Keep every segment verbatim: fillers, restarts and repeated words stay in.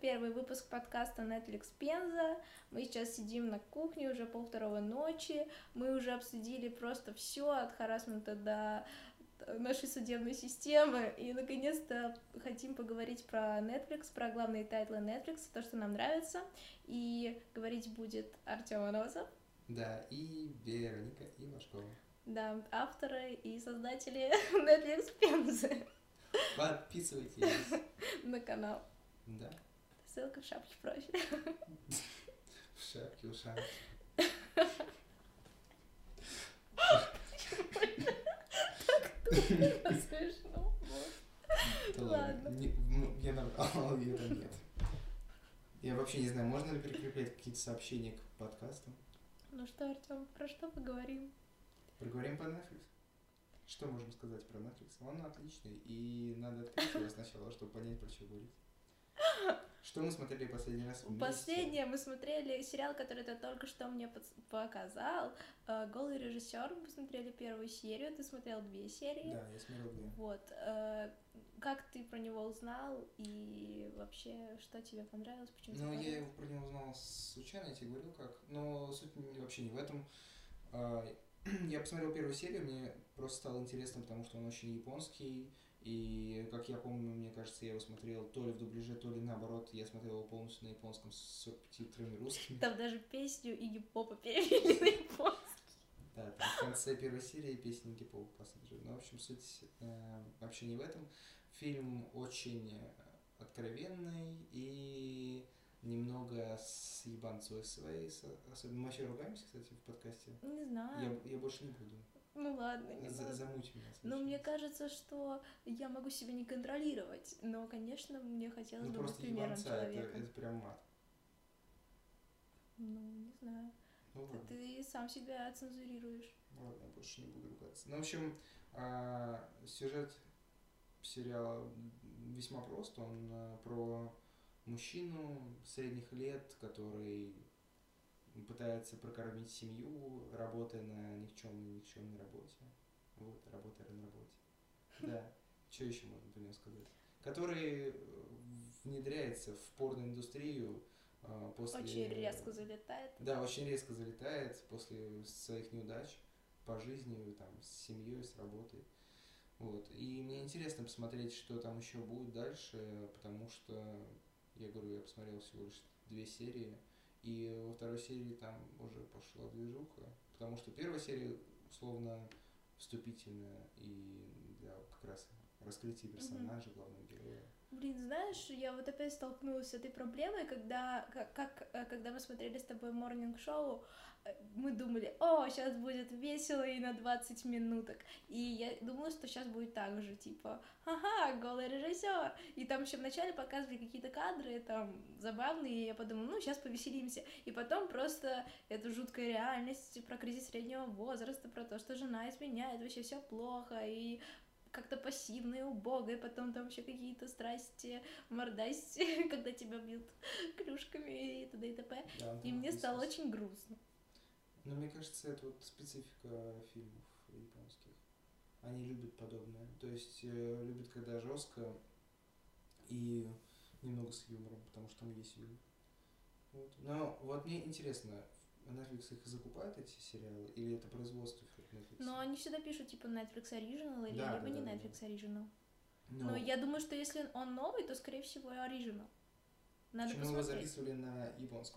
первый выпуск подкаста Netflix Пенза. Мы сейчас сидим на кухне, уже полвторого ночи. Мы уже обсудили просто все от харассмента до нашей судебной системы. И, наконец-то, хотим поговорить про Netflix, про главные тайтлы Netflix, то, что нам нравится. И говорить будет Артём Аносов. Да, и Вероника Ивашкова. Да, авторы и создатели Netflix Пензы. Подписывайтесь на канал. Да. Ссылка в шапке профиля. В шапке, в шапке. Так тупо, смешно. Ладно. Я набрал, это нет. Я вообще не знаю, можно ли прикреплять какие-то сообщения к подкастам? Ну что, Артём, про что поговорим? Поговорим по Netflix. Что можем сказать про Netflix? Он отличный, и надо открыть его сначала, чтобы понять, про что говорить. Что мы смотрели последний раз вместе? Последнее мы смотрели сериал, который ты только что мне показал. «Голый режиссер». Мы посмотрели первую серию, ты смотрел две серии. Да, я смотрел две. Вот. Как ты про него узнал и вообще, что тебе понравилось, почему тебе Ну, понравилось? я его про него узнал случайно, я тебе говорил как, но суть вообще не в этом. Я посмотрел первую серию, мне просто стало интересно, потому что он очень японский, и, как я помню, мне кажется, я его смотрел то ли в дубляже, то ли наоборот, я смотрел его полностью на японском с субтитрами русскими. Там даже песню Игги Попа перевели на японский. Да, там в конце первой серии песни Игги Попа послушали. Но, в общем, суть э, вообще не в этом. Фильм очень откровенный и немного с ебанцой своей. Особенно мы вообще ругаемся, кстати, в подкасте. Не знаю. Я, я больше не буду. Ну ладно, не За, надо. Замуть меня. Ну, мне кажется, что я могу себя не контролировать, но, конечно, мне хотелось ну, бы быть примером человека. Это, это прям мат. Ну, не знаю. Ну, ты, ты сам себя цензурируешь. Ладно, я больше не буду ругаться. Ну, в общем, э, сюжет сериала весьма прост. Он э, про мужчину средних лет, который пытается прокормить семью, работая на никчемной, никчемной работе. Вот, работая на работе. Да. Что еще можно про него сказать? Который внедряется в порноиндустрию э, после... Очень резко залетает. Да, очень резко залетает после своих неудач по жизни, там, с семьей, с работой. Вот. И мне интересно посмотреть, что там еще будет дальше, потому что, я говорю, я посмотрел всего лишь две серии, и во второй серии там уже пошла движуха, потому что первая серия условно вступительная и для как раз раскрытия персонажа, mm-hmm. главного героя. Блин, знаешь, я вот опять столкнулась с этой проблемой, когда, как, как, когда мы смотрели с тобой морнинг-шоу, мы думали, о, сейчас будет весело и на двадцать минуток. И я думала, что сейчас будет так же, типа, ага, голый режиссер. И там еще вначале показывали какие-то кадры, там, забавные, и я подумала, ну, сейчас повеселимся. И потом просто эту жуткая реальность про кризис среднего возраста, про то, что жена изменяет, вообще все плохо, и как-то пассивно и убого, и потом там вообще какие-то страсти, мордасти, когда тебя бьют клюшками и т.д. и т.п. Да, и мне стало очень грустно. Ну, мне кажется, это вот специфика фильмов японских. Они любят подобное. То есть э, любят, когда жестко и немного с юмором, потому что там есть юмор. Вот. Но вот мне интересно, Netflix их закупает, эти сериалы, или это производство Netflix? Но они всегда пишут типа Netflix Original или да, либо да, не да, Netflix да. Original. Но... Но я думаю, что если он новый, то скорее всего Original. Надо Почему посмотреть. его записывали на японском?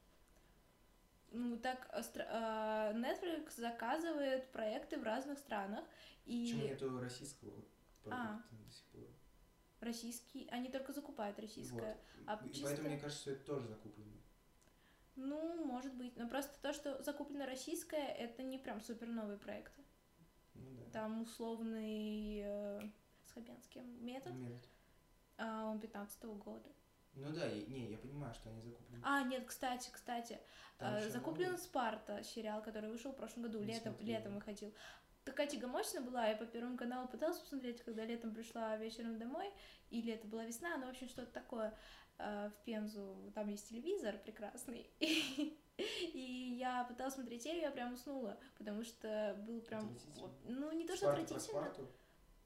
Ну так Netflix заказывает проекты в разных странах. И... Почему нету российского проекта а. до сих пор? Российский, они только закупают российское. Вот. А и чисто... поэтому мне кажется, что это тоже закуплено. Ну, может быть. Но просто то, что закуплено российское, это не прям супер новые проекты. Ну, да. Там условный э, с Хабенским метод. метод. А, он пятнадцатого года. Ну да, я, не, я понимаю, что они закуплены. А, нет, кстати, кстати, э, закуплен новый? Спарта, сериал, который вышел в прошлом году, не летом, летом выходил. Такая тягомочная была, я по Первому каналу пыталась посмотреть, когда летом пришла вечером домой, или это была весна, ну, в общем, что-то такое, э, в Пензу, там есть телевизор прекрасный, и я пыталась смотреть серию, я прям уснула, потому что был прям, ну, не то, что отвратительно.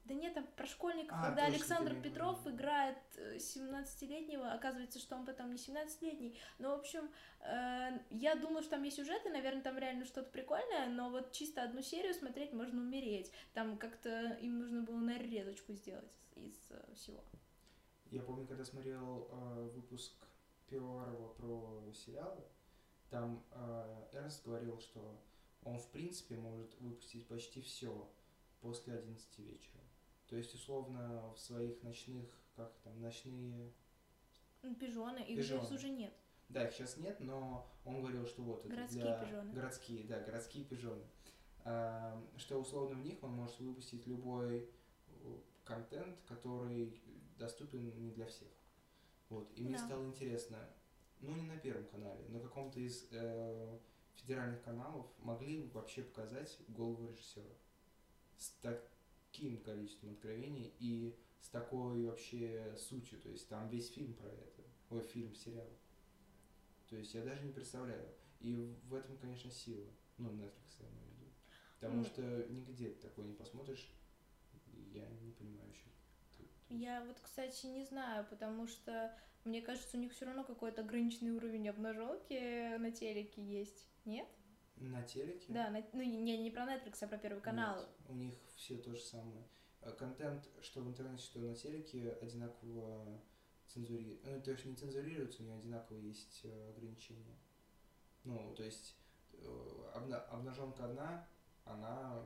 Да нет, там про школьников, А, когда точно, Александр ты мне Петров говорила. играет э, семнадцатилетнего, оказывается, что он потом не семнадцатилетний. Ну, в общем, э, я думаю, что там есть сюжеты, наверное, там реально что-то прикольное, но вот чисто одну серию смотреть можно умереть. Там как-то им нужно было нарезочку сделать из, из э, всего. Я помню, когда смотрел э, выпуск Пивоварова про сериалы, там э, Эрнст говорил, что он в принципе может выпустить почти все после одиннадцати вечера. То есть, условно, в своих ночных, как там, ночные... Пижоны, их Пижоны. сейчас уже нет. Да, их сейчас нет, но он говорил, что вот это Городские для... пижоны. Городские, да, городские пижоны. А, что условно в них он может выпустить любой контент, который доступен не для всех. Вот. И мне Да. стало интересно, ну не на Первом канале, на каком-то из э, федеральных каналов могли бы вообще показать голову режиссера с таким количеством откровений и с такой вообще сутью. То есть там весь фильм про это. Ой, фильм, сериал. То есть я даже не представляю. И в этом, конечно, сила. Ну, Netflix, я имею в виду. Потому Mm. что нигде ты такое не посмотришь. Я не понимаю еще. Я вот, кстати, не знаю, потому что мне кажется, у них все равно какой-то ограниченный уровень обнаженки на телеке есть. Нет? На телеке? Да, на, ну не, не про Netflix, а про Первый канал. Нет, у них все то же самое. Контент, что в интернете, что на телеке, одинаково цензурируется. Ну, то есть не цензурируется, у него одинаково есть ограничения. Ну, то есть обна- обнаженка одна, она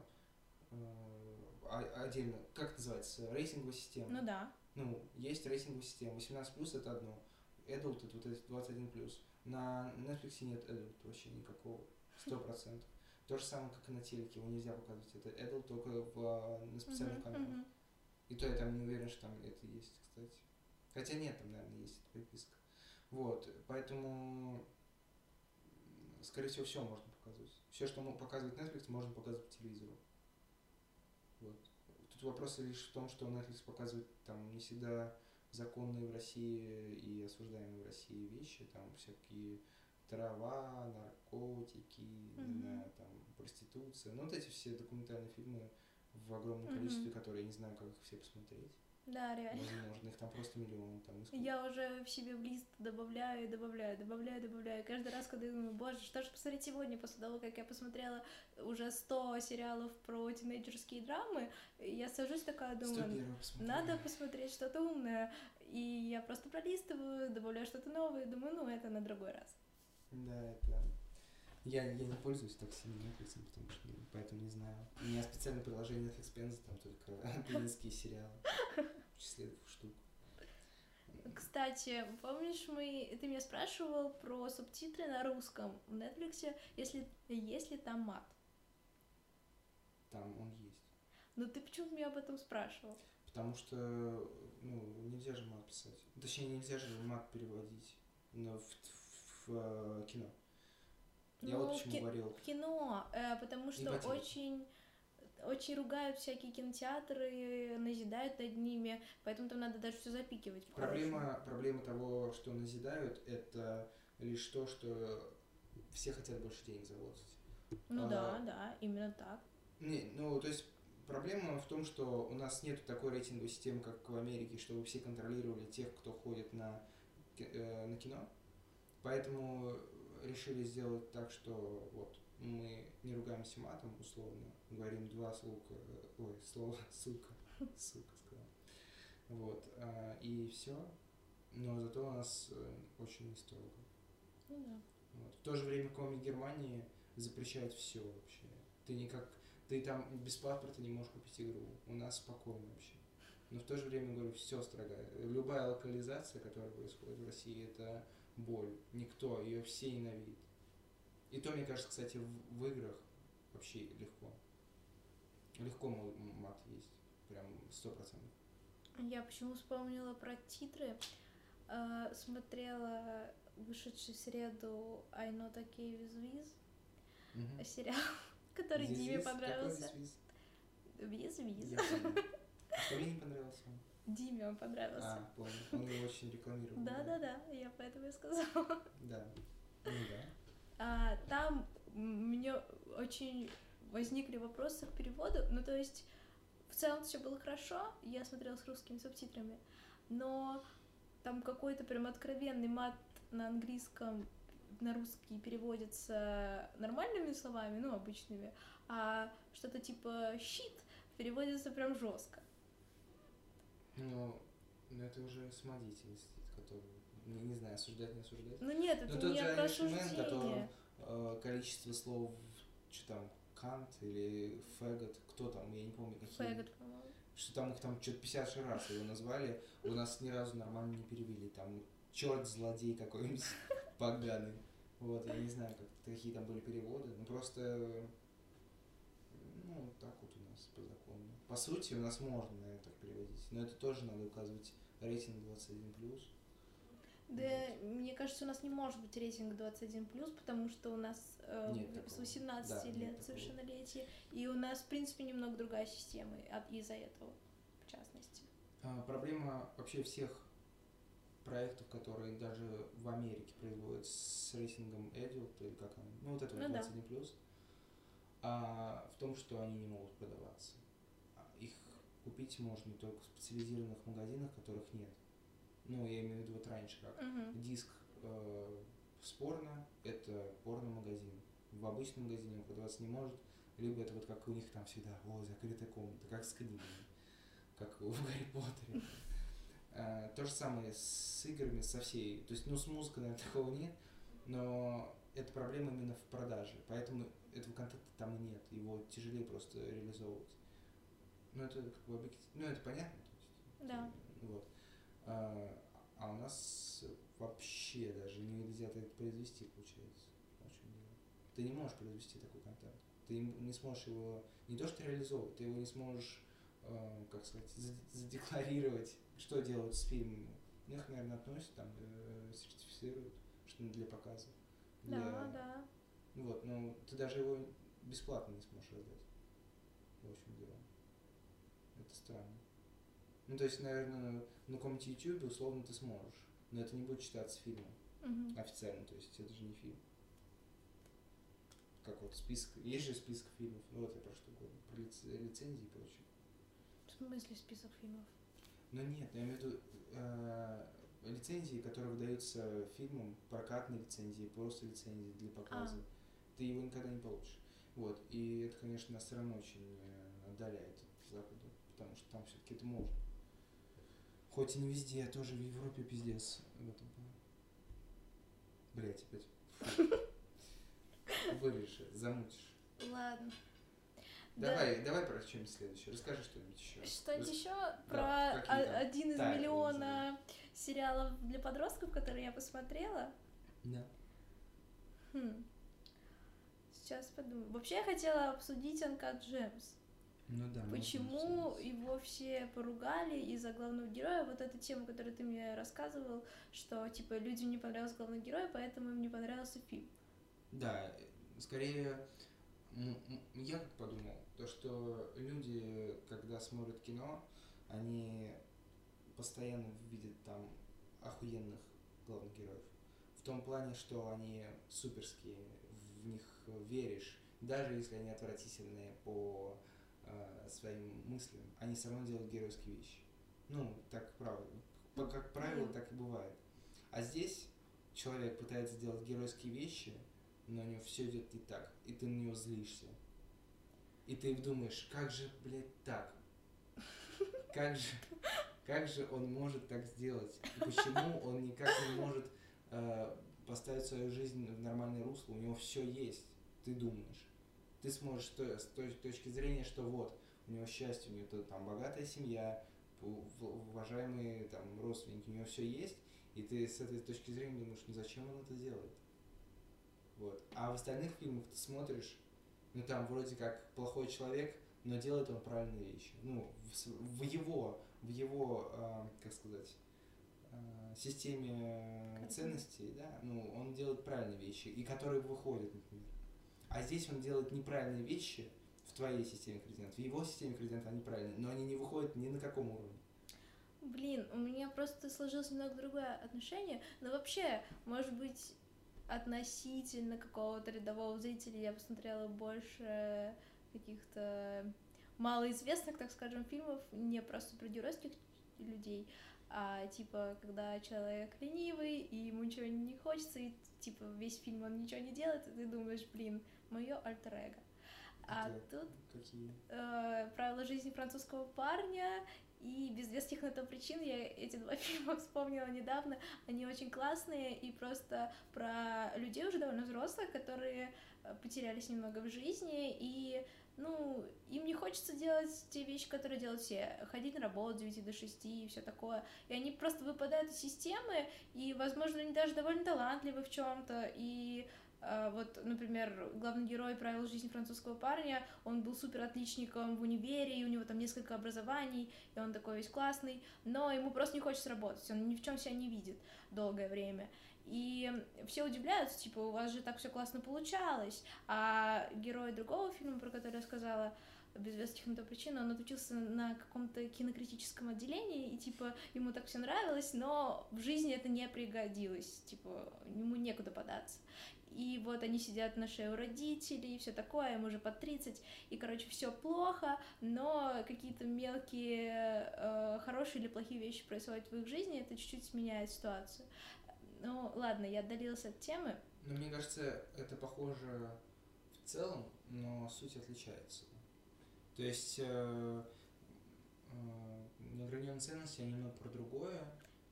э, отдельно, как называется, рейтинговая система. Ну да. Ну, есть рейтинговая система. восемнадцать плюс это одно. Adult это вот это двадцать один плюс. На Netflix нет Adult вообще никакого. Сто процентов. То же самое, как и на телеке. Его нельзя показывать. Это Adult только в, на специальных uh-huh, каналах. uh-huh. И то я там не уверен, что там это есть, кстати. Хотя нет, там, наверное, есть эта приписка. Вот. Поэтому, скорее всего, все можно показывать. Все, что показывает Netflix, можно показывать по телевизору. Вот. Тут вопрос лишь в том, что Netflix показывает там не всегда законные в России и осуждаемые в России вещи, там всякие трава, наркотики, mm-hmm. не знаю, там проституция, ну вот эти все документальные фильмы в огромном mm-hmm. количестве, которые я не знаю, как их все посмотреть. Да, реально. Возможно, их там просто миллион. Там, иск... Я уже в себе в лист добавляю, добавляю, добавляю, добавляю. Каждый раз, когда я думаю, боже, что же посмотреть сегодня, после того, как я посмотрела уже сто сериалов про тинейджерские драмы, я сажусь такая, думаю, надо посмотреть что-то умное. И я просто пролистываю, добавляю что-то новое, думаю, ну, это на другой раз. Да, это... Я, я не пользуюсь так сильно Netflix, потому что поэтому не знаю. У меня специальное приложение Netflix Penza, там только пензенские сериалы. В числе двух штук. Кстати, помнишь, мы ты меня спрашивал про субтитры на русском в Netflix, если есть ли там мат? Там он есть. Но ты почему меня об этом спрашивал? Потому что, ну, нельзя же мат писать. Точнее, нельзя же мат переводить но в, в, в кино. Я ну, вот почему в ки- говорил. В кино, э, потому что очень... Очень ругают всякие кинотеатры, назидают над ними, поэтому там надо даже все запикивать. Проблема, проблема того, что назидают, это лишь то, что все хотят больше денег заработать. Ну а, да, да, именно так. Не, ну, то есть проблема в том, что у нас нет такой рейтинговой системы, как в Америке, чтобы все контролировали тех, кто ходит на, э, на кино. Поэтому решили сделать так, что вот мы не ругаемся матом, условно, говорим два слука, ой, слова, сука, сука сказал. Вот, а, и все. Но зато у нас очень строго. Ну да. Вот. В то же время комик Германии запрещает все вообще. Ты никак, ты там без паспорта не можешь купить игру. У нас спокойно вообще. Но в то же время, говорю, все строго. Любая локализация, которая происходит в России, это боль. Никто, ее все ненавидят. И то, мне кажется, кстати, в, в играх вообще легко. Легко мат есть. Прям сто процентов. Я почему вспомнила про титры. Э, смотрела вышедший в среду I Not Okay With Wiz. Угу. Сериал, который Здесь Диме виз? понравился. Какой виз? Виз-виз. Что мне не понравился? Диме он понравился. А, понял. Он его очень рекламировал. Да-да-да, я поэтому и сказала. Да. Ну да. А, там мне очень возникли вопросы к переводу. Ну, то есть в целом все было хорошо, я смотрела с русскими субтитрами, но там какой-то прям откровенный мат на английском на русский переводится нормальными словами, ну, обычными, а что-то типа щит переводится прям жестко. Ну, ну это уже самодеятельность, которую, не, не знаю, осуждать, не осуждать. Ну нет, это Но тот не же про Irishman, осуждение. котором э, количество слов, что там, кант или фэгот, кто там, я не помню, какие. Фэгот, по-моему. Что там их там что-то пятьдесят раз его назвали, у нас ни разу нормально не перевели. Там черт злодей какой-нибудь поганый. Вот, я не знаю, как, какие там были переводы. Ну просто, ну, так вот у нас по закону. По сути, у нас можно, наверное, так переводить. Но это тоже надо указывать рейтинг двадцать один плюс. Да, вот. Мне кажется, у нас не может быть рейтинг двадцать один плюс, потому что у нас э, с восемнадцати да, лет совершеннолетие, и у нас, в принципе, немного другая система из-за этого, в частности. А, проблема вообще всех проектов, которые даже в Америке производят с рейтингом Adult, или как он, ну вот это ну, двадцать один плюс, да. а, в том, что они не могут продаваться. Их купить можно только в специализированных магазинах, которых нет. Ну, я имею в виду вот раньше как. Uh-huh. Диск э, с порно – это порно-магазин. В обычном магазине он продаваться не может. Либо это вот как у них там всегда, о, закрытая комната, как с книгами, как в Гарри Поттере. Uh, то же самое с играми, со всей. То есть, ну, с музыкой, наверное, такого нет, но это проблема именно в продаже. Поэтому этого контента там и нет. Его тяжелее просто реализовывать. Ну, это как бы объективно. Ну, это понятно. То есть, да. Вот. А, а у нас вообще даже нельзя это произвести, получается. Ты не можешь произвести такой контент. Ты не сможешь его не то что реализовывать, ты его не сможешь, э, как сказать, задекларировать, что делают с фильмами. Ну, их, наверное, относят, там, э, сертифицируют, что для показа. Для... Да, да. Вот, но ты даже его бесплатно не сможешь раздать. В общем дело. Это странно. Ну, то есть, наверное, на каком-нибудь ютубе условно ты сможешь, но это не будет считаться фильмом угу. официально, то есть это же не фильм. Как вот список, есть же список фильмов, ну вот я про что говорю, про лиц, лицензии и прочее. В смысле список фильмов? Ну нет, я имею в виду э, лицензии, которые выдаются фильмам, прокатные лицензии, просто лицензии для показа. А. Ты его никогда не получишь. Вот, и это, конечно, нас все равно очень отдаляет от Запада, потому что там все-таки это можно. Хоть и не везде, а тоже в Европе пиздец в этом. Блять, опять. Вырежешь, замутишь. Ладно. Давай, да. давай про что-нибудь следующее. Расскажи что-нибудь еще. Что-нибудь Рас... еще да, про о- один из тайны, миллиона сериалов для подростков, которые я посмотрела? Да. Хм. Сейчас подумаю. Вообще я хотела обсудить Uncut Gems. Ну да. Почему его все поругали из-за главного героя? Вот эта тема, которую ты мне рассказывал, что типа людям не понравился главный герой, поэтому им не понравился фильм. Да, скорее, я как подумал, то что люди, когда смотрят кино, они постоянно видят там охуенных главных героев. В том плане, что они суперские, в них веришь, даже если они отвратительные по э, своим мыслям, они все равно делают геройские вещи. Ну, так правило, как правило, так и бывает. А здесь человек пытается делать геройские вещи, но у него все идет не так, и ты на него злишься. И ты думаешь, как же, блядь, так? Как же, как же он может так сделать? И почему он никак не может э, поставить свою жизнь в нормальное русло? У него все есть, ты думаешь. Ты сможешь то, с той точки зрения, что вот, у него счастье, у него там богатая семья, уважаемые там родственники, у него все есть, и ты с этой точки зрения думаешь, ну зачем он это делает? Вот. А в остальных фильмах ты смотришь, ну там вроде как плохой человек, но делает он правильные вещи. Ну, в, в его, в его, э, как сказать, э, системе ценностей, да, ну, он делает правильные вещи, и которые выходят, например. А здесь он делает неправильные вещи в твоей системе координат, в его системе координат они правильные, но они не выходят ни на каком уровне. Блин, у меня просто сложилось немного другое отношение, но вообще, может быть, относительно какого-то рядового зрителя я посмотрела больше каких-то малоизвестных, так скажем, фильмов, не про супергеройских людей, а типа, когда человек ленивый, и ему ничего не хочется, и типа весь фильм он ничего не делает, и ты думаешь, блин, мое альтер-эго. А Это тут какие? э, «Правила жизни французского парня» и «Без веских на то причин». Я эти два фильма вспомнила недавно. Они очень классные и просто про людей уже довольно взрослых, которые потерялись немного в жизни, и ну, им не хочется делать те вещи, которые делают все. Ходить на работу с девяти до шести и все такое. И они просто выпадают из системы, и, возможно, они даже довольно талантливы в чем-то, и вот, например, главный герой «Правил жизни французского парня», он был супер отличником в универе, и у него там несколько образований, и он такой весь классный, но ему просто не хочется работать, он ни в чем себя не видит долгое время. И все удивляются, типа, у вас же так все классно получалось, а герой другого фильма, про который я сказала, «Без веских на то причин», он отучился на каком-то кинокритическом отделении, и, типа, ему так все нравилось, но в жизни это не пригодилось, типа, ему некуда податься. И вот они сидят на шее у родителей, и все такое, им уже по тридцать, и, короче, все плохо, но какие-то мелкие э, хорошие или плохие вещи происходят в их жизни, это чуть-чуть меняет ситуацию. Ну, ладно, я отдалилась от темы. Ну, мне кажется, это похоже в целом, но суть отличается. То есть э, э, неограниченные ценности, они немного про другое,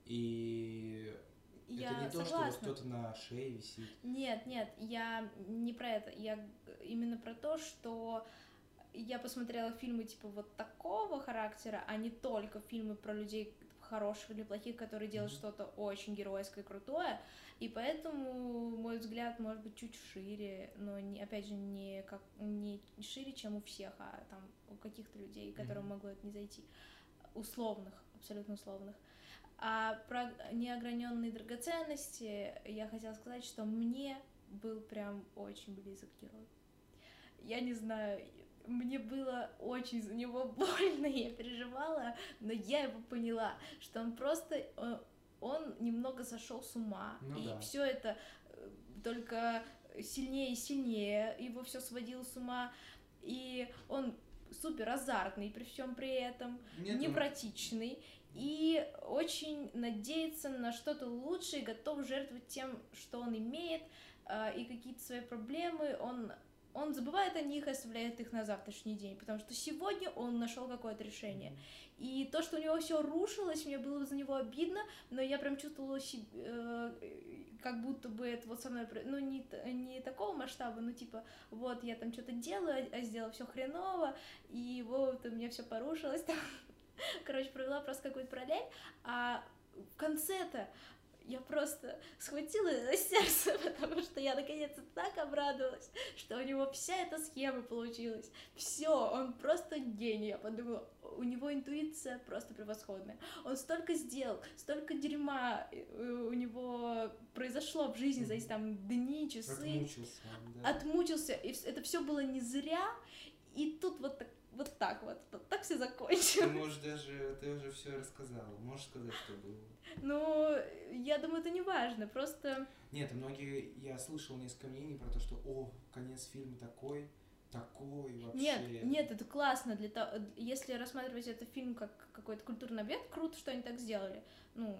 и я это не согласна. То, что вот кто-то на шее висит. Нет, нет, я не про это, я именно про то, что я посмотрела фильмы типа вот такого характера, а не только фильмы про людей хороших или плохих, которые делают mm-hmm. что-то очень геройское и крутое, и поэтому мой взгляд может быть чуть шире, но не, опять же не, как, не шире, чем у всех, а там у каких-то людей, которым mm-hmm. могло это не зайти, условных, абсолютно условных. А про неограненные драгоценности я хотела сказать, что мне был прям очень близок герой. Я не знаю, мне было очень за него больно, я переживала, но я его поняла, что он просто, он немного сошел с ума, ну, и да. Все это только сильнее и сильнее его все сводило с ума, и он супер азартный при всем при этом, Нет, непрактичный, и очень надеется на что-то лучшее, готов жертвовать тем, что он имеет, и какие-то свои проблемы он, он забывает о них и оставляет их на завтрашний день, потому что сегодня он нашел какое-то решение. И то, что у него все рушилось, мне было за него обидно, но я прям чувствовала себя, э, как будто бы это вот со мной, ну не, не такого масштаба, ну типа вот я там что-то делаю, а сделала все хреново, и вот у меня все порушилось там. Короче, провела просто какую-то параллель, а в конце-то я просто схватила за сердце, потому что я наконец-то так обрадовалась, что у него вся эта схема получилась. Все, он просто гений. Я подумала, у него интуиция просто превосходная. Он столько сделал, столько дерьма у него произошло в жизни за эти там дни, часы. Отмучился, да. Отмучился, и это все было не зря, и тут вот так. Вот так вот, вот так все закончилось. Ты можешь даже, ты уже все рассказала, можешь сказать, что было? Ну, я думаю, это не важно, просто... Нет, многие, я слышал несколько мнений про то, что, о, конец фильма такой, такой вообще... Нет, нет, это классно, для того, если рассматривать этот фильм как какой-то культурный объект, круто, что они так сделали, ну...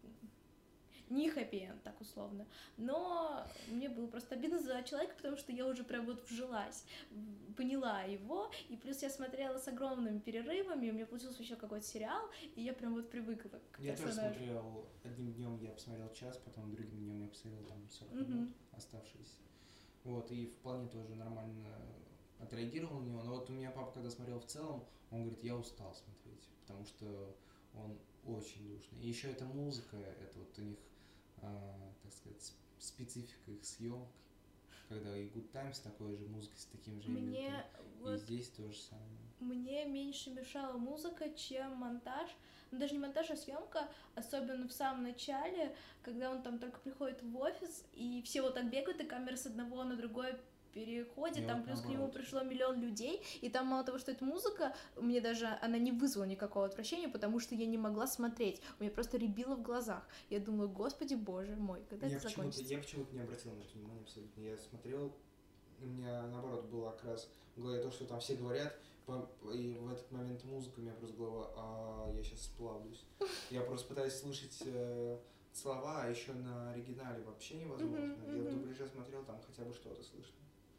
Не хэппи-энд, так условно. Но мне было просто обидно за человека, потому что я уже прям вот вжилась, поняла его, и плюс я смотрела с огромными перерывами, у меня получился еще какой-то сериал, и я прям вот привыкла к Я персонажу. тоже смотрел, одним днем я посмотрел час, потом другим днем я посмотрел там сорок минут mm-hmm. оставшиеся. Вот, и вполне тоже нормально отреагировал на него. Но вот у меня папа, когда смотрел в целом, он говорит, я устал смотреть, потому что он очень душный. И еще эта музыка, это вот у них Uh, так сказать, специфика их съемки, когда и Good Times такой же музыкой с таким же мне вот и здесь то же самое. Мне меньше мешала музыка, чем монтаж, ну даже не монтаж, а съемка, особенно в самом начале, когда он там только приходит в офис, и все вот так бегают, и камера с одного на другое переходит, я там вот плюс наоборот. К нему пришло миллион людей, и там мало того, что это музыка, мне даже она не вызвала никакого отвращения, потому что я не могла смотреть, у меня просто рябило в глазах. Я думаю, господи боже мой, когда я это закончится? Я почему-то не обратила на это внимания абсолютно. Я смотрел, у меня, наоборот, было как раз в голове то, что там все говорят, и в этот момент музыка у меня просто голова, а я сейчас сплавлюсь. Я просто пытаюсь слышать э, слова, а еще на оригинале вообще невозможно. Mm-hmm, я mm-hmm. в дубляже смотрел, там хотя бы что-то слышно.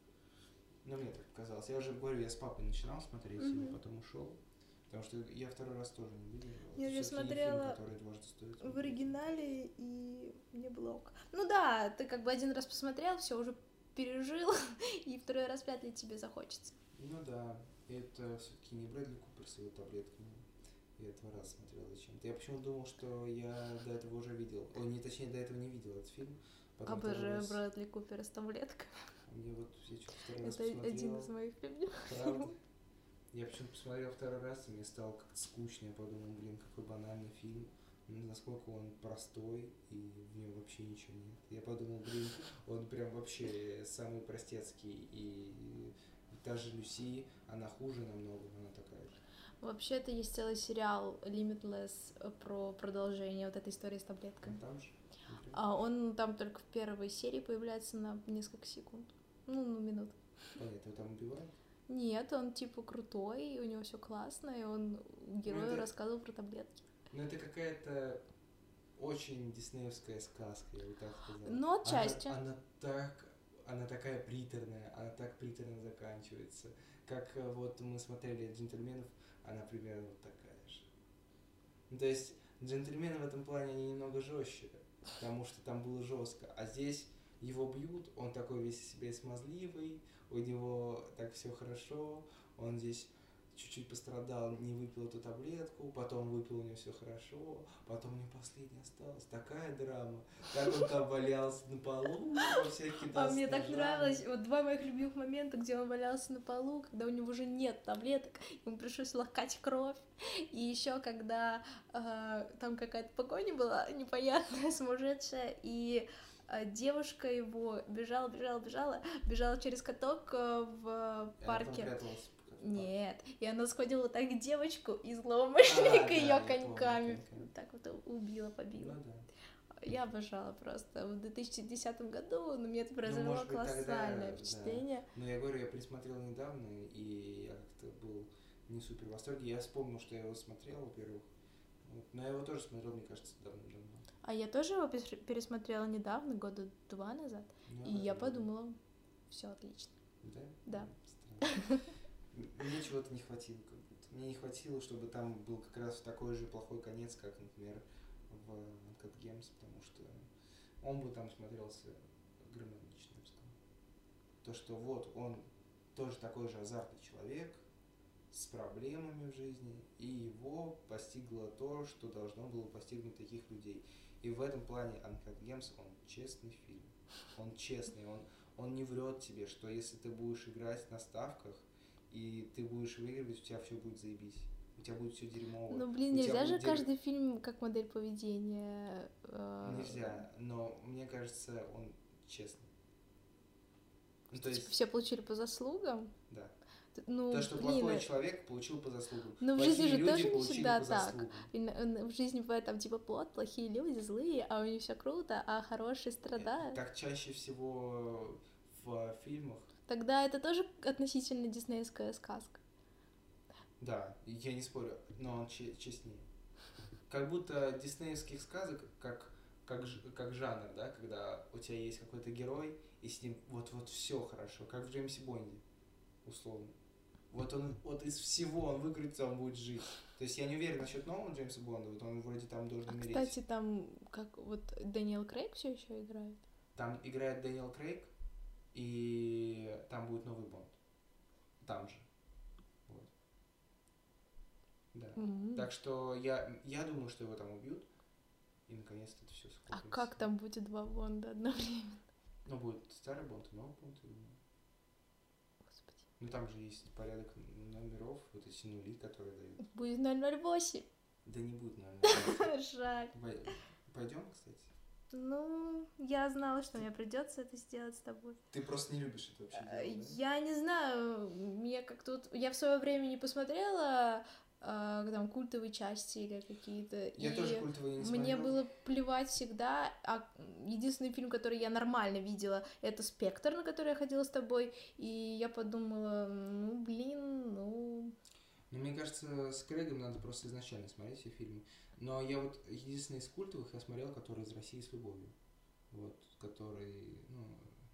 Но мне так показалось. Я уже говорю, я с папой начинал смотреть, mm-hmm. и потом ушел. Потому что я второй раз тоже не видел. Я Это же смотрела фильм, дважды стоит в оригинале, и мне было ок. Ну да, ты как бы один раз посмотрел, все уже пережил, и второй раз вряд ли тебе захочется. Ну да, это все-таки не Брэдли Купер с его таблетками. Я этого раз смотрел зачем-то. Я почему-то думал, что я до этого уже видел. Ой, не, точнее, до этого не видел этот фильм. Обожаю раз... Брэдли Купера с таблетками. Мне вот я что-то второй раз это посмотрел. один из моих любимых. Правда? Я почему-то посмотрел второй раз, и мне стало как-то скучно. Я подумал, блин, какой банальный фильм. Насколько он простой, и в нем вообще ничего нет. Я подумал, блин, он прям вообще самый простецкий. И та же Люси, она хуже намного, но она такая же. Вообще-то есть целый сериал Limitless про продолжение вот этой истории с таблетками. Он там же? А он там только в первой серии появляется на несколько секунд. Ну, ну, минут. Понятно, его там убивают? Нет, он типа крутой, у него все классно, и он герою это... рассказывал про таблетки. Ну, это какая-то очень диснеевская сказка, я бы так сказала. Ну, отчасти. Она, она так, она такая приторная, она так приторно заканчивается. Как вот мы смотрели «Джентльменов», она примерно вот такая же. Ну, то есть «Джентльмены» в этом плане, они немного жестче, потому что там было жестко. А здесь его бьют, он такой весь себе смазливый, у него так все хорошо, он здесь чуть-чуть пострадал, не выпил эту таблетку, потом выпил, у него все хорошо, потом у него последняя осталась. Такая драма. Как он там валялся на полу, во всех кидался. А мне так нравилось, вот два моих любимых момента, где он валялся на полу, когда у него уже нет таблеток, ему пришлось лакать кровь. И еще когда э, там какая-то погоня была непонятная, сумасшедшая, и девушка его бежала, бежала, бежала, бежала через каток в парке. Нет, и она схватила так девочку и злоумышленника а, ее да, коньками. Помню, так вот убила, побила. Ну, да. Я обожала просто. В две тысячи десятом году на меня это произвело ну, колоссальное тогда, впечатление. Да. Но я говорю, я присмотрел недавно, и я как-то был не супер в восторге. Я вспомнил, что я его смотрел, во-первых. Вот. Но я его тоже смотрел, мне кажется, давно-давно. А я тоже его пересмотрела недавно, года два назад. Ну, и да, я да. подумала, все отлично. Да? Да. Мне чего-то не хватило, как будто. Мне не хватило, чтобы там был как раз такой же плохой конец, как, например, в Uncut Gems, потому что он бы там смотрелся гармонично, я бы сказал. То, что вот он тоже такой же азартный человек с проблемами в жизни, и его постигло то, что должно было постигнуть таких людей. И в этом плане Uncut Gems, он честный фильм. Он честный, он, он не врет тебе, что если ты будешь играть на ставках, и ты будешь выигрывать, у тебя все будет заебись. У тебя будет все дерьмово. Ну, блин, нельзя же каждый фильм как модель поведения. Нельзя, но мне кажется, он честный. Ну, то есть... Типа все получили по заслугам? Да. Ну, то, что блин, плохой человек получил по заслугам. Но в жизни же тоже не всегда так. В жизни бывает там типа плод, плохие люди, злые, а у них все круто, а хорошие страдают. Так чаще всего в фильмах. Тогда это тоже относительно диснеевская сказка. Да, я не спорю, но он честнее. Как будто диснеевских сказок, как, как, как жанр, да, когда у тебя есть какой-то герой, и с ним вот-вот все хорошо, как в Джеймсе Бонде, условно. Вот он, вот из всего он выкрутится, он будет жить. То есть я не уверен насчет нового Джеймса Бонда, вот он вроде там должен умереть. Кстати, там как вот Дэниел Крейг все еще играет? Там играет Дэниел Крейг, и там будет новый Бонд. Там же. Вот. Да. Mm-hmm. Так что я, я думаю, что его там убьют. И наконец-то это все скопится. А как там будет два Бонда одновременно? Ну, будет старый Бонд и новый Бонд, я думаю. Господи. Ну, там же есть порядок номеров, вот эти нули, которые дают. Будет ноль ноль восемь. Да не будет ноль ноль восемь. Жаль. Пойдем, кстати. Ну, я знала, что мне придется это сделать с тобой. Ты просто не любишь это вообще делать, да? Я не знаю, мне как-то... Я в свое время не посмотрела э, там культовые части или какие-то. Я и тоже культовые не мне смотрел. было плевать всегда, а единственный фильм, который я нормально видела, это «Спектр», на который я ходила с тобой, и я подумала, ну, блин, ну... Ну, мне кажется, с Крейгом надо просто изначально смотреть все фильмы. Но я вот единственный из культовых я смотрел, который из России с любовью. Вот, который, ну...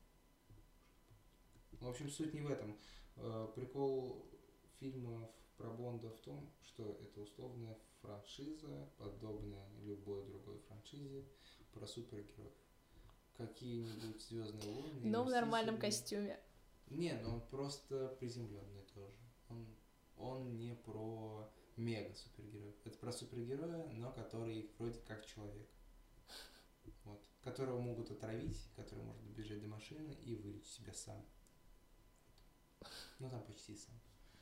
В общем, суть не в этом. Прикол фильмов про Бонда в том, что это условная франшиза, подобная любой другой франшизе, про супергероев. Какие-нибудь Звездные войны. Но в нормальном костюме. Не, ну он просто приземленный тоже. Он, он не про мега супергероев. Это про супергероя, но который вроде как человек. Вот. Которого могут отравить, который может добежать до машины и вылечить себя сам. Ну там почти сам.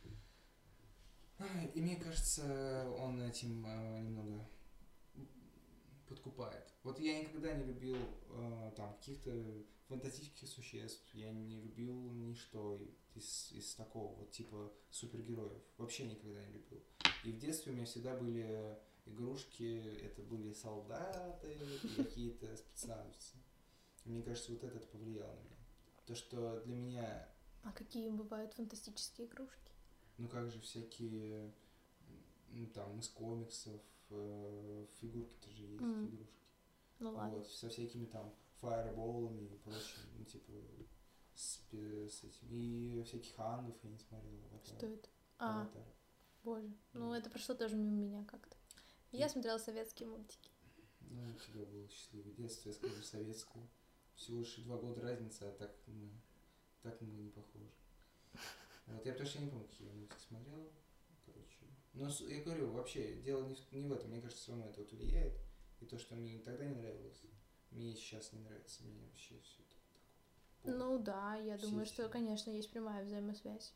И мне кажется, он этим э, немного подкупает. Вот я никогда не любил э, там каких-то фантастических существ, я не любил ничто из, из такого вот типа супергероев. Вообще никогда не любил. И в детстве у меня всегда были игрушки, это были солдаты, какие-то спецназовцы. Мне кажется, вот это повлияло на меня. То, что для меня... А какие бывают фантастические игрушки? Ну как же всякие, ну там, из комиксов, э, фигурки-то же есть, mm. игрушки. Ну ладно. Вот, со всякими там фаерболами и прочим, ну типа, с, с этим. И всяких ангов я не смотрела. Аватар. Что это? А, Аватар. Боже. Ну mm. это прошло тоже мимо меня как-то. Я и... смотрела советские мультики. Ну, у тебя было счастливое детство, я скажу, советское. Всего лишь два года разница, а так мы, так мы не похожи. Вот, я потому что не помню, какие я мультики смотрел, короче. Но я говорю, вообще, дело не в, не в этом, мне кажется, все равно это вот влияет. И то, что мне тогда не нравилось, мне сейчас не нравится, мне вообще все это так вот. Ну да, я все думаю, что, конечно, есть прямая взаимосвязь.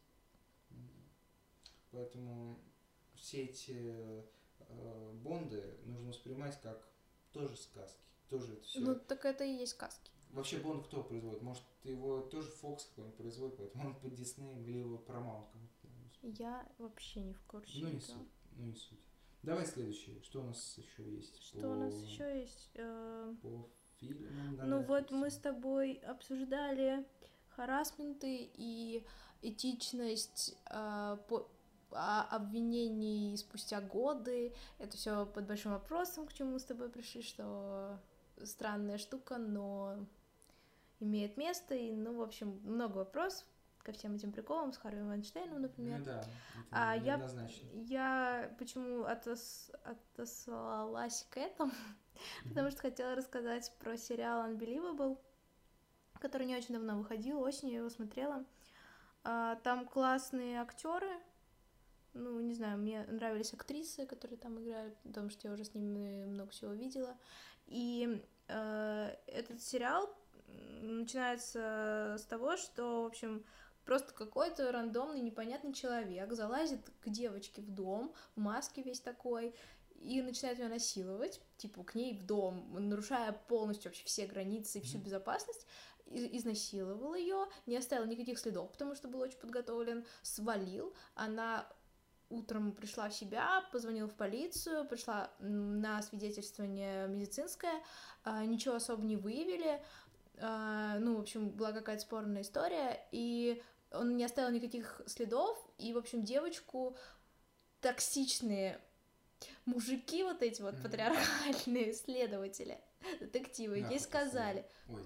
Поэтому все эти э, Бонды нужно воспринимать как тоже сказки, тоже это все. Ну так это и есть сказки. Вообще Бонд кто производит? Может, его тоже Фокс какой-нибудь производит, поэтому он под Диснеем или его Paramount кому-то. Я вообще не в курсе. Ну не суть, ну не суть. Давай следующее. Что у нас еще есть? Что по... у нас еще есть? Э... По фильмам. Да, ну да, вот мы с тобой обсуждали харассменты и этичность э, по... обвинений спустя годы. Это все под большим вопросом, к чему мы с тобой пришли, что странная штука, но имеет место, и, ну, в общем, много вопросов ко всем этим приколам с Харви Вайнштейном, например. Ну да, а я, я почему отос, отослалась к этому, mm-hmm. потому что хотела рассказать про сериал Unbelievable, который не очень давно выходил, осенью я его смотрела. А, там классные актеры, ну, не знаю, мне нравились актрисы, которые там играли, потому что я уже с ними много всего видела. И э, этот сериал начинается с того, что, в общем, просто какой-то рандомный непонятный человек залазит к девочке в дом, в маске весь такой, и начинает ее насиловать, типа, к ней в дом, нарушая полностью вообще все границы и всю mm-hmm. безопасность, и- изнасиловал ее, не оставил никаких следов, потому что был очень подготовлен, свалил, она утром пришла в себя, позвонила в полицию, пришла на свидетельствование медицинское, ничего особо не выявили, ну, в общем, была какая-то спорная история, и он не оставил никаких следов, и, в общем, девочку токсичные мужики, вот эти вот mm-hmm. патриархальные следователи, детективы, ей сказали... Ой.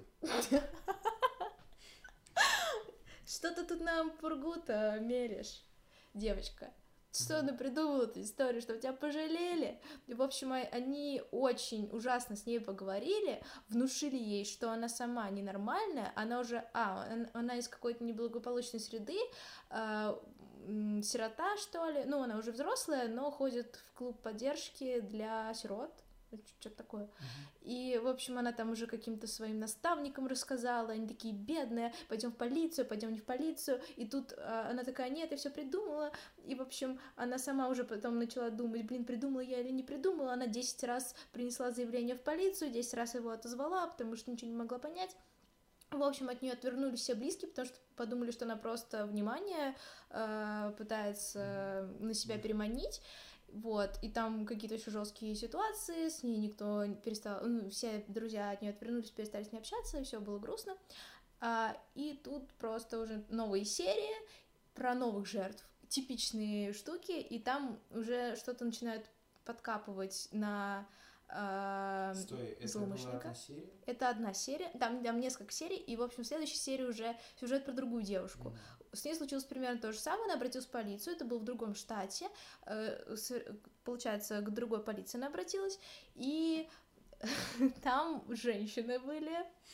Что ты тут нам пургу-то меришь, девочка? Что она придумала эту историю, что тебя пожалели? И, в общем, они очень ужасно с ней поговорили, внушили ей, что она сама ненормальная, она уже, а, она из какой-то неблагополучной среды, э, сирота, что ли, ну, она уже взрослая, но ходит в клуб поддержки для сирот, что-то такое. Uh-huh. И, в общем, она там уже каким-то своим наставникам рассказала, они такие бедные, пойдем в полицию, пойдем не в полицию, и тут а, она такая, нет, я все придумала, и, в общем, она сама уже потом начала думать, блин, придумала я или не придумала, она десять раз принесла заявление в полицию, десять раз его отозвала, потому что ничего не могла понять. В общем, от нее отвернулись все близкие, потому что подумали, что она просто внимание э, пытается на себя переманить. вот, и там какие-то очень жесткие ситуации, с ней никто перестал, ну, все друзья от нее отвернулись, перестали с ней общаться, и все было грустно, а, и тут просто уже новые серии про новых жертв, типичные штуки, и там уже что-то начинают подкапывать на э, Стой, это злоумышленника. была одна серия? Это одна серия, там, там несколько серий, и, в общем, в следующей серии уже сюжет про другую девушку. Mm-hmm. С ней случилось примерно то же самое, она обратилась в полицию, это был в другом штате, э, с, получается, к другой полиции она обратилась, и там женщины были,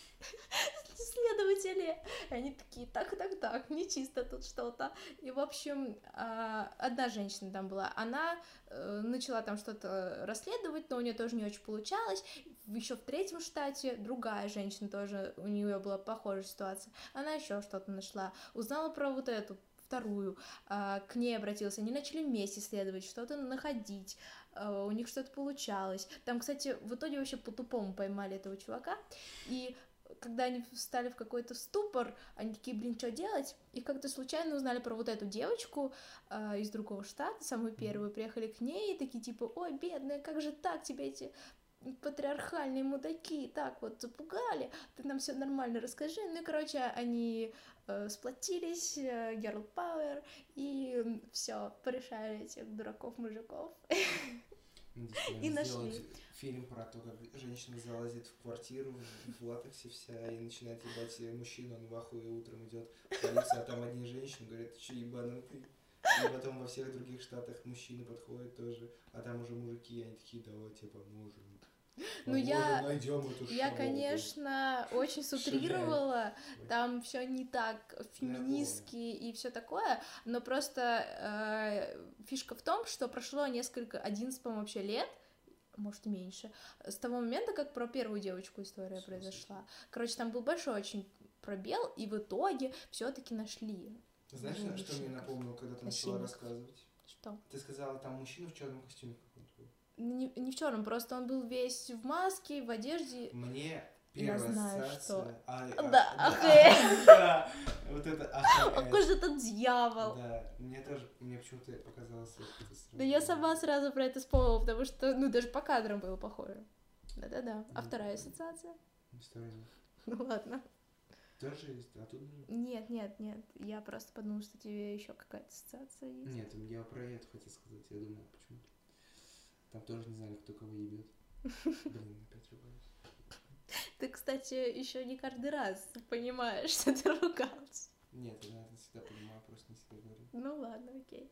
следователи, и они такие, так, так, так, нечисто тут что-то. И, в общем, одна женщина там была, она начала там что-то расследовать, но у нее тоже не очень получалось. Еще в третьем штате другая женщина тоже, у нее была похожая ситуация, она еще что-то нашла, узнала про вот эту вторую, к ней обратилась, они начали вместе следовать, что-то находить, у них что-то получалось. Там, кстати, в итоге вообще по-тупому поймали этого чувака, и когда они встали в какой-то ступор, они такие, блин, что делать? И как-то случайно узнали про вот эту девочку э, из другого штата, самую первую, приехали к ней, и такие, типа, ой, бедная, как же так, тебя эти патриархальные мудаки так вот запугали, ты нам все нормально расскажи. Ну и, короче, они э, сплотились, э, girl power, и все порешали этих дураков-мужиков. И нашли фильм про то, как женщина залазит в квартиру в латексе вся и начинает ебать мужчину, он в ахуе утром идет в полицию, а там одни женщины говорят, ты что, ебанутый? И потом во всех других штатах мужчины подходят тоже, а там уже мужики, они такие, давай тебе поможем. Ну, я, я, конечно, очень сутрировала, там все не так феминистски и все такое, но просто э, фишка в том, что прошло несколько, одиннадцать, по-моему, вообще лет, может, меньше, с того момента, как про первую девочку история Слушай. произошла. Короче, там был большой очень пробел, и в итоге все-таки нашли. Знаешь, ну, что мне напомнило, когда ты начала рассказывать? Что? Ты сказала, там мужчина в черном костюме какой-то был. Не, не в черном, просто он был весь в маске, в одежде. Мне первая Я знаю, ассоциация... что... А, а, да, ах, да, вот это ах. Какой же это дьявол. Да, мне тоже, мне почему-то показалось это сразу. Да я сама сразу про это вспомнила, потому что, ну, даже по кадрам было похоже. Да-да-да. А вторая ассоциация? Вторая. Ну ладно. Тоже есть, а тут... Нет, нет, нет, я просто подумала, что тебе еще какая-то ассоциация есть. Нет, я про это хотел сказать, я думал, почему-то. Там тоже не знали, кто кого ебет. Блин, опять ругаюсь. Ты, кстати, еще не каждый раз понимаешь, что ты ругался. Нет, я это всегда понимаю, просто не всегда говорю. Ну ладно, окей.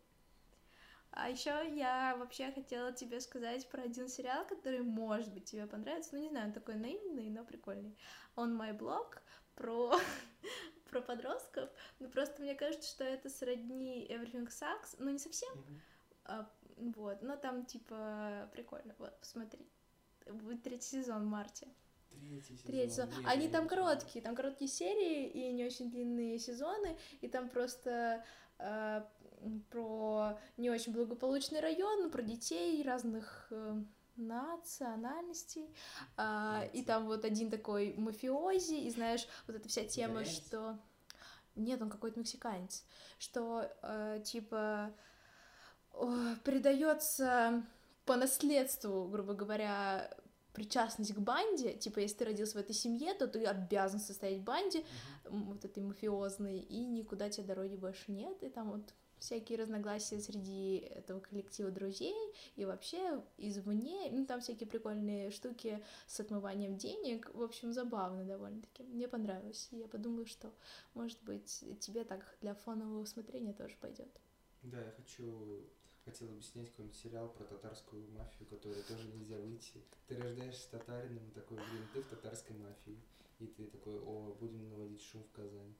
А еще я вообще хотела тебе сказать про один сериал, который, может быть, тебе понравится. Ну, не знаю, он такой наивный, но прикольный. Он мой блог про, про подростков. Ну, просто мне кажется, что это сродни Everything Sucks. Ну, не совсем. Mm-hmm. А, вот, но там, типа, прикольно. Вот, посмотри. Будет третий сезон в марте. Третий сезон. Третий сезон. Нет, Они там короткие, там короткие серии и не очень длинные сезоны, и там просто э, про не очень благополучный район, про детей разных э, национальностей, э, и там вот один такой мафиози, и знаешь, вот эта вся тема, Итальянец? Что... Нет, он какой-то мексиканец, что, э, типа, э, передается по наследству, грубо говоря, причастность к банде, типа, если ты родился в этой семье, то ты обязан состоять в банде, uh-huh. вот этой мафиозной, и никуда тебе дороги больше нет, и там вот всякие разногласия среди этого коллектива друзей, и вообще извне, ну, там всякие прикольные штуки с отмыванием денег, в общем, забавно довольно-таки, мне понравилось, и я подумала, что, может быть, тебе так для фонового смотрения тоже пойдет. Да, я хочу... Хотел бы снять какой-нибудь сериал про татарскую мафию, которой тоже нельзя выйти. Ты рождаешься татарином, и такой, блин, ты в татарской мафии. И ты такой, о, будем наводить шум в Казани.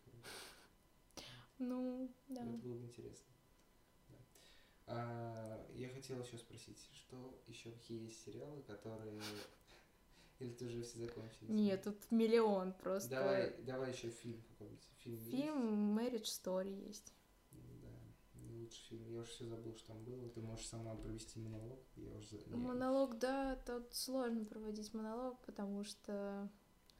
Ну, да. Это было бы интересно. Да. А, я хотел еще спросить, что еще какие есть сериалы, которые... Или ты уже все закончились? Нет, тут миллион просто. Давай, давай еще фильм какой-нибудь. Фильм, фильм Marriage Story есть. Лучший фильм. Я уже все забыл, что там было. Ты можешь сама провести монолог. Я уже... Монолог, да, тут сложно проводить монолог, потому что,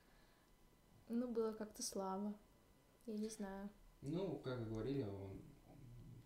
ну, было как-то слабо. Я не знаю. Ну, как и говорили, он, он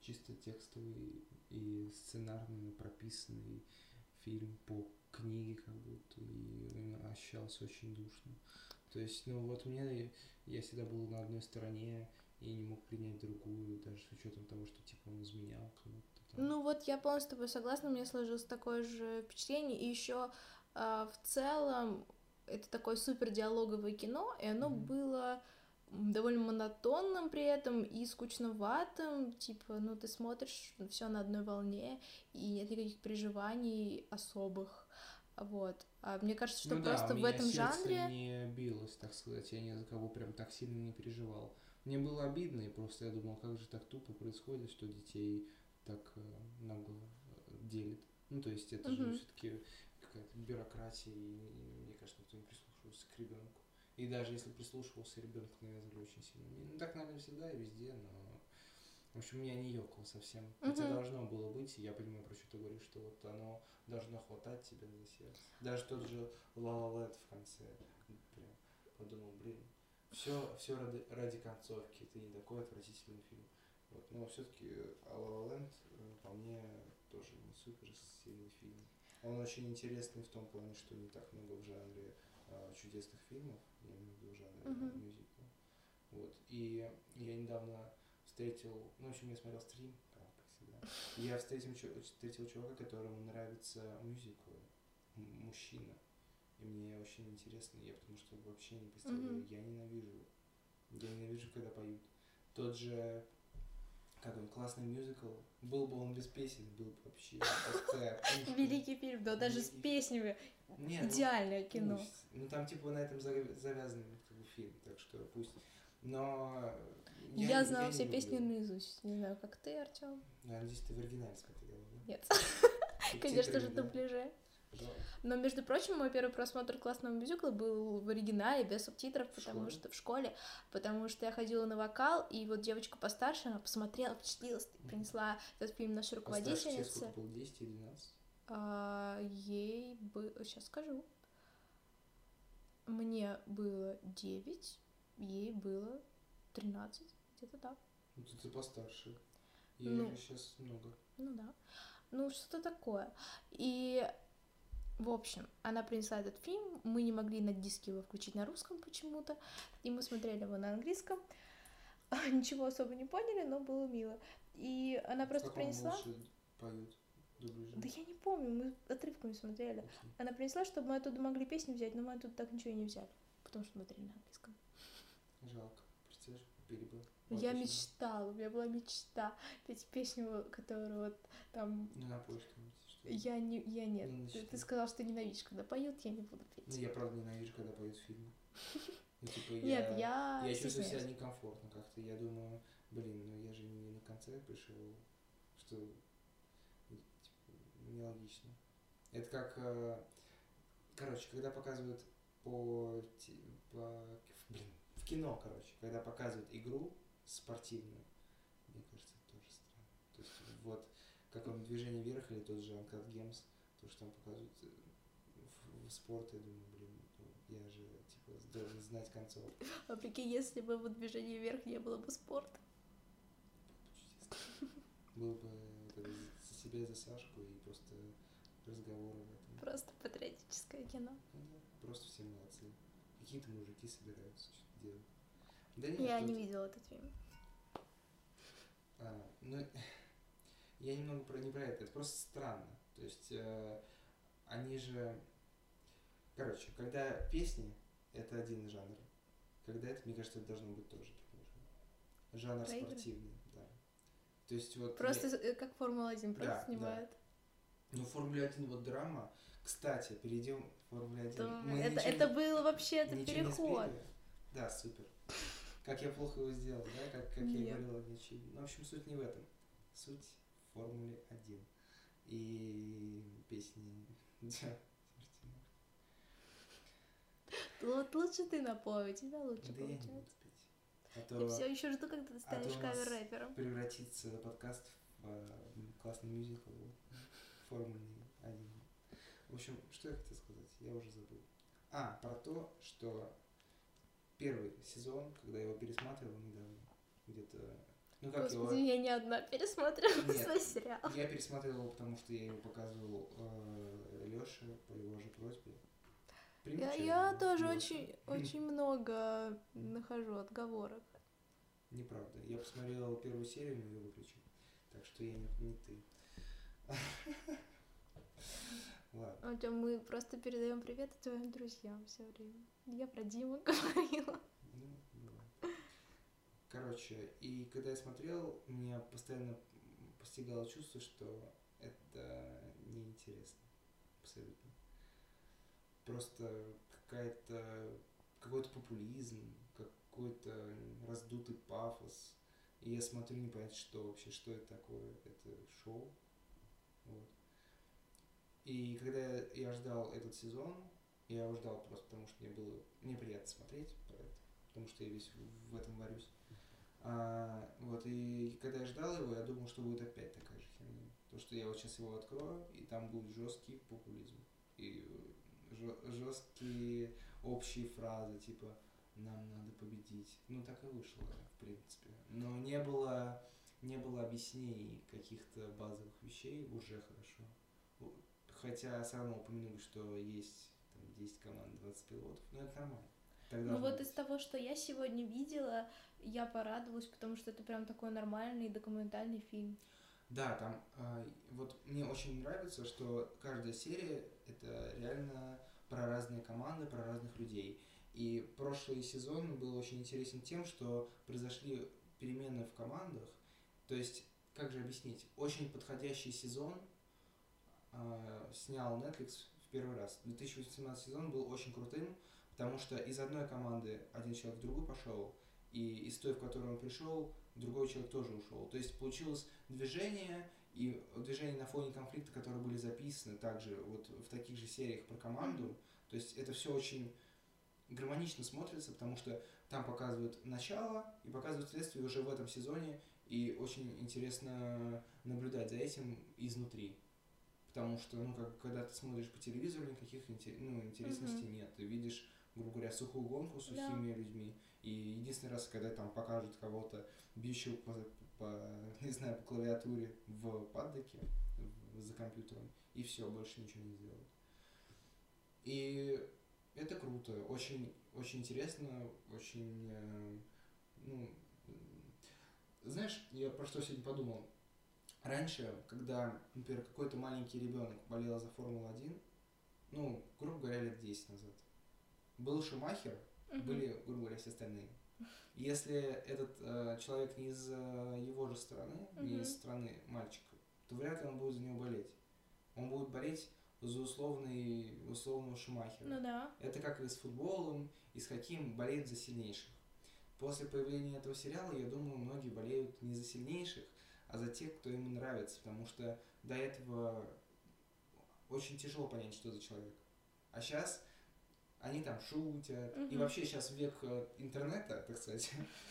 чисто текстовый и сценарно прописанный фильм по книге как будто, и ощущался очень душно. То есть, ну вот мне, я всегда был на одной стороне и не мог принять другую, даже с учетом того, что типа он изменял кому-то. Ну вот я полностью с тобой согласна, у меня сложилось такое же впечатление, и еще э, в целом это такое супер диалоговое кино, и оно mm-hmm. было довольно монотонным при этом и скучноватым, типа, ну ты смотришь все на одной волне, и нет никаких переживаний особых, вот. А мне кажется, что ну просто да, в этом жанре... сердце не билось, так сказать, я ни за кого прям так сильно не переживал. Мне было обидно, и просто я думал, как же так тупо происходит, что детей так э, нагло делит. Ну, то есть это mm-hmm. же все-таки какая-то бюрократия, и мне кажется, никто не прислушивался к ребенку. И даже если прислушивался, ребенок навязывали очень сильно. Ну, так, наверное, всегда и везде, но... В общем, меня не ёкало совсем. Mm-hmm. Хотя должно было быть, и я понимаю, про что ты говоришь, что вот оно должно хватать тебя за сердце. Даже тот же La La Land в конце. Прям подумал, блин, все, все ради, ради концовки. Это не такой отвратительный фильм. Вот. Но все-таки La La Land по мне тоже не супер сильный фильм. Он очень интересный в том плане, что не так много в жанре а, чудесных фильмов, я имею в виду в жанре uh-huh. мюзикла. Вот. И я недавно встретил, ну, в общем, я смотрел стрим, как всегда, и я встретил, встретил чувака, которому нравится мюзикл, мужчина. И мне очень интересно, я потому что вообще не представляю, uh-huh. я ненавижу, я ненавижу, когда поют. Тот же, как он, классный мюзикл, был бы он без песен, был бы вообще такая пушка. Великий фильм, да, даже с песнями. Нет, идеальное ну, кино. Пусть. Ну там типа на этом завязан как бы, фильм, так что пусть. Но я, я знала я все песни наизусть. Не знаю, как ты, Артём. Ну, я надеюсь, ты в оригинале смотрела, да? Нет. Конечно же, дубляже. Но, между прочим, мой первый просмотр классного мюзикла был в оригинале, без субтитров, потому что в школе, потому что я ходила на вокал, и вот девочка постарше, она посмотрела, впечатлилась, принесла этот фильм нашей руководительнице. Постарше сколько было, десять или двенадцать? А, ей было, сейчас скажу, мне было девять, ей было тринадцать, где-то так. Ну, ты постарше, ей ну, же сейчас много. Ну да, ну что-то такое, и... В общем, она принесла этот фильм, мы не могли на диске его включить на русском почему-то, и мы смотрели его на английском, ничего особо не поняли, но было мило. И она просто как принесла... Поют, да я не помню, мы отрывками смотрели. Okay. Она принесла, чтобы мы оттуда могли песню взять, но мы оттуда так ничего и не взяли, потому что смотрели на английском. Жалко, представляешь, купили бы. Я мечтала, у меня была мечта петь песню, которую вот там... Ну, напой что-нибудь. Я не, я нет. Ну, ты, ты сказал, что ненавидишь, когда поют, я не буду петь. Ну, я правда ненавижу, когда поют фильмы. Ну, типа, нет, я... Я чувствую себя некомфортно как-то. Я думаю, блин, ну я же не на концерт пришел, что типа, нелогично. Это как... Короче, когда показывают по... по... Блин, в кино, короче, когда показывают игру спортивную, мне кажется, это тоже странно. То есть, вот... как он «Движение вверх» или тот же Uncut Gems, то, что там показывают в, в спорт, я думаю, блин, ну, я же, типа, должен знать концовку. А прикинь, если бы в «Движении вверх» не было бы спорта. Было бы за себя, за Сашку и просто разговоры в этом. Просто патриотическое кино. Ну, да, просто все молодцы. Какие-то мужики собираются что-то делать. Да нет, я тут... не видела этот фильм. А, ну... Я немного про не про это, это просто странно. То есть э, они же... Короче, когда песни, это один жанр. Когда это, мне кажется, это должно быть тоже другой жанр. Жанр Проигры? Спортивный, да. То есть вот... Просто я... как Формула один просто да, снимают. Да. Ну, Формула один вот драма. Кстати, перейдем к Формуле один. Да, Мы это, это не... был вообще это переход. Да, супер. Как я плохо его сделал, да? Как, как я говорила, ничего. Ну, в общем, суть не в этом. Суть Формуле один. И песни. Вот лучше ты напой, у тебя лучше да получается. Я, не буду петь. А то, я все еще жду, когда ты станешь а кавер-рэпером. Превратится подкаст в э, классный мюзикл Формулы один. В общем, что я хотел сказать? Я уже забыл. А, про то, что первый сезон, когда я его пересматривал недавно, где-то Ну как Господи, его... я не одна пересмотрела Нет, свой сериал. я пересмотрел его, потому что я его показывал э, Лёше по его же просьбе. Я, Примечательно, я тоже Лёша. очень, очень много нахожу отговорок. Неправда. Я посмотрел первую серию, но ее выключил. Так что я не, не ты. Ладно. Артём, мы просто передаем привет твоим друзьям все время. Я про Диму говорила. Ну, бывает. Короче, и когда я смотрел, меня постоянно постигало чувство, что это неинтересно. Абсолютно. Просто какая-то какой-то популизм, какой-то раздутый пафос. И я смотрю, не понять, что вообще, что это такое, это шоу. Вот. И когда я ждал этот сезон, я его ждал просто потому, что мне было мне приятно смотреть, потому что я весь в этом варюсь. А, вот, и когда я ждал его, я думал, что будет опять такая же херня. То, что я вот сейчас его открою, и там будет жесткий популизм. И жесткие общие фразы, типа «нам надо победить». Ну, так и вышло, в принципе. Но не было, не было объяснений каких-то базовых вещей, уже хорошо. Хотя все равно упомянули, что есть там, десять команд, двадцать пилотов, но это нормально. Ну вот из того, что я сегодня видела, я порадовалась, потому что это прям такой нормальный документальный фильм. Да, там э, вот мне очень нравится, что каждая серия это реально про разные команды, про разных людей. И прошлый сезон был очень интересен тем, что произошли перемены в командах. То есть, как же объяснить, очень подходящий сезон э, снял Netflix в первый раз. две тысячи восемнадцатый сезон был очень крутым, потому что из одной команды один человек в другую пошел, и из той, в которую он пришел, другой человек тоже ушел. То есть получилось движение, и движение на фоне конфликта, которые были записаны также вот в таких же сериях про команду. Mm-hmm. То есть это все очень гармонично смотрится, потому что там показывают начало и показывают следствие уже в этом сезоне, и очень интересно наблюдать за этим изнутри. Потому что, ну, как, когда ты смотришь по телевизору, никаких ну, интересностей mm-hmm. нет. Ты видишь, грубо говоря, сухую гонку с сухими yeah. людьми. И единственный раз, когда там покажут кого-то, бьющего по, по, не знаю, по клавиатуре в паддоке, в, за компьютером, и все, больше ничего не сделают. И это круто, очень, очень интересно, очень, э, ну, знаешь, я про что сегодня подумал. Раньше, когда, например, какой-то маленький ребенок болел за Формулу один, ну, грубо говоря, лет десять назад, был Шумахер, uh-huh. были, грубо говоря, все остальные. Если этот э, человек не из э, его же страны, uh-huh. не из страны мальчика, то вряд ли он будет за него болеть. Он будет болеть за условный, условного Шумахера. Ну да. Это как и с футболом, и с хоккеем болеют за сильнейших. После появления этого сериала, я думаю, многие болеют не за сильнейших, а за тех, кто им нравится, потому что до этого очень тяжело понять, что за человек. А сейчас они там шутят, uh-huh. и вообще сейчас век интернета, так сказать.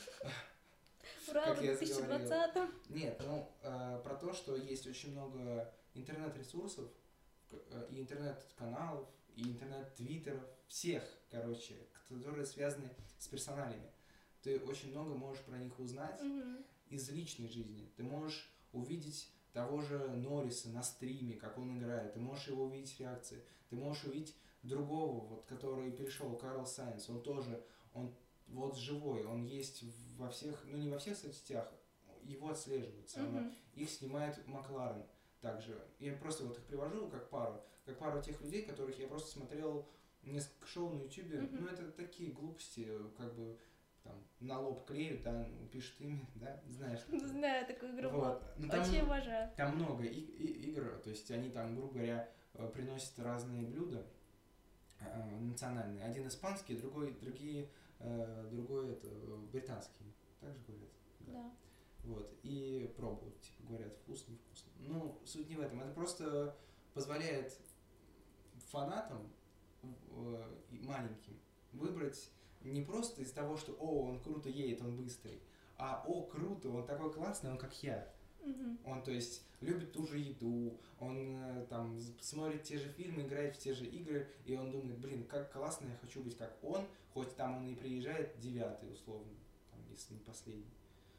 Ура, в две тысячи двадцатом! Нет, ну, про то, что есть очень много интернет-ресурсов, и интернет-каналов, и интернет-твиттеров, всех, короче, которые связаны с персоналями. Ты очень много можешь про них узнать uh-huh. из личной жизни. Ты можешь увидеть того же Норриса на стриме, как он играет. Ты можешь его увидеть реакции. Ты можешь увидеть другого, вот, который перешел, Карл Сайнс. Он тоже, он вот живой, он есть во всех, ну не во всех соцсетях, его отслеживается. Uh-huh. Их снимает Макларен также. Я просто вот их привожу как пару, как пару тех людей, которых я просто смотрел несколько шоу на ютубе. Uh-huh. Ну это такие глупости, как бы там на лоб клеют, да, пишут имя, да, знаешь. Знаю такую игру. Вот. Ну, там, очень обожаю. Там много и- и- игр, то есть они там, грубо говоря, приносят разные блюда э, национальные. Один испанский, другой, другие, э, другой это британский. Так же говорят. Да. да. Вот. И пробуют, типа говорят, вкусно, невкусно. Ну, суть не в этом. Это просто позволяет фанатам э, маленьким выбрать не просто из того, что «О, он круто едет, он быстрый», а «О, круто, он такой классный, он как я». Uh-huh. Он, то есть, любит ту же еду, он там смотрит те же фильмы, играет в те же игры, и он думает, блин, как классно, я хочу быть как он, хоть там он и приезжает девятый, условно, там, если не последний.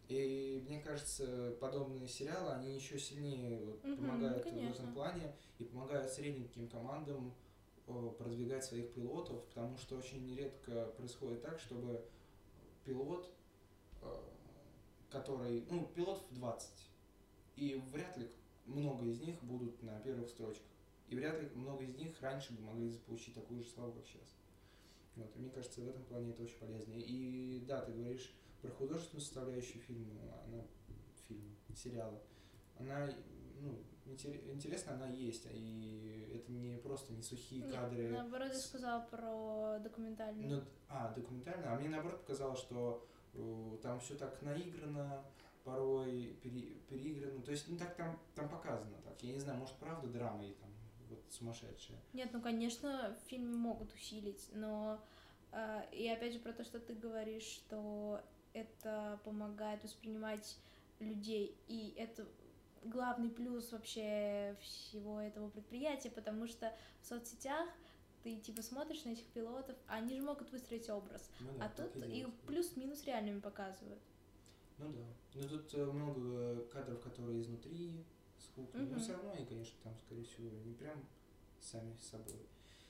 И мне кажется, подобные сериалы, они еще сильнее вот, Мгм, помогают в конечно. этом плане и помогают средненьким командам э, продвигать своих пилотов, потому что очень редко происходит так, чтобы пилот, э, который, ну, пилотов двадцать, и вряд ли много из них будут на первых строчках. И вряд ли много из них раньше бы могли получить такую же славу, как сейчас. Вот. И мне кажется, в этом плане это очень полезно. И да, ты говоришь про художественную составляющую фильма, она фильма, сериала. Она, ну, интересно, она есть. И это не просто не сухие Нет, кадры. наоборот, я с- сказала про документальную. Ну, а, документально. А мне наоборот показалось, что э, там все так наиграно, порой пере, переиграно. То есть, ну так там, там показано так. Я не знаю, может, правда драма и там вот сумасшедшая. Нет, ну, конечно, в фильме могут усилить, но э, и опять же про то, что ты говоришь, что это помогает воспринимать людей, и это главный плюс вообще всего этого предприятия, потому что в соцсетях ты типа смотришь на этих пилотов, а они же могут выстроить образ, Ну да, а так тут и их делают. плюс-минус реальными показывают. Ну да. Но тут э, много кадров, которые изнутри, с кухни. Мгм. Но все равно они, конечно, там, скорее всего, не прям сами с собой.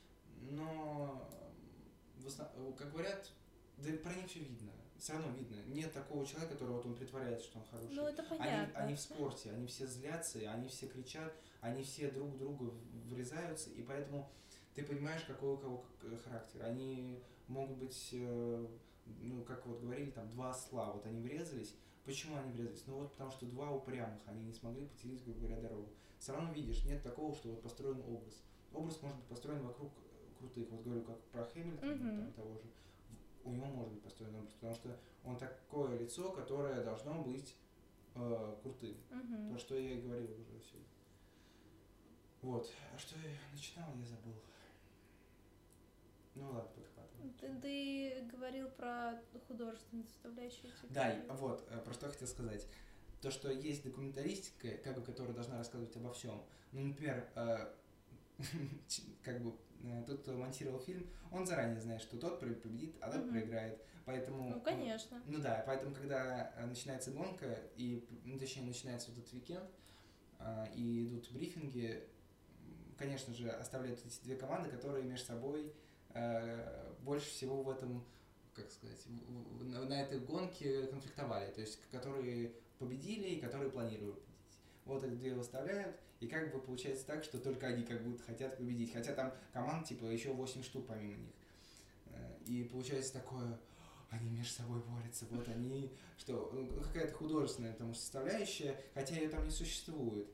Но, м, в основ- как говорят, да и про них все видно. Все равно видно. Нет такого человека, который вот он притворяется, что он хороший. Ну, это Они, понятно. они в спорте, они все злятся, они все кричат, они все друг в друга в- врезаются, и поэтому ты понимаешь, какой у кого к- характер. Они могут быть, э, ну, как вот говорили, там, два осла, вот они врезались. Почему они врезались? Ну вот потому что два упрямых, они не смогли поделить, грубо говоря, дорогу. Все равно видишь, нет такого, что вот построен образ. Образ может быть построен вокруг э, крутых. Вот говорю, как про Хэмилтона, Мгм. там, того же. У него может быть построен образ, потому что он такое лицо, которое должно быть э, крутым. Мгм. Про что я и говорил уже все. Вот. А что я начинал, я забыл. Ну ладно, подхватывай. Ты, ты говорил про художественную составляющую. Типа. Да, и вот, э, про что я хотел сказать. То, что есть документалистика, как бы, которая должна рассказывать обо всем. Ну, например, э, ч- как бы э, тот, кто монтировал фильм, он заранее знает, что тот пр- победит, а тот Мгм. проиграет. Поэтому Ну, он- конечно. ну да, поэтому, когда э, начинается гонка, и, ну, точнее, начинается вот этот уикенд, а, и идут брифинги, м, конечно же, оставляют эти две команды, которые между собой э, больше всего в этом, как сказать, в- в- на, на этой гонке конфликтовали, то есть которые победили и которые планировали победить. Вот эти две выставляют, и как бы получается так, что только они как будто хотят победить, хотя там команд типа еще восемь штук помимо них. Э, И получается такое, они между собой борются, вот они, что, ну, какая-то художественная там составляющая, хотя ее там не существует.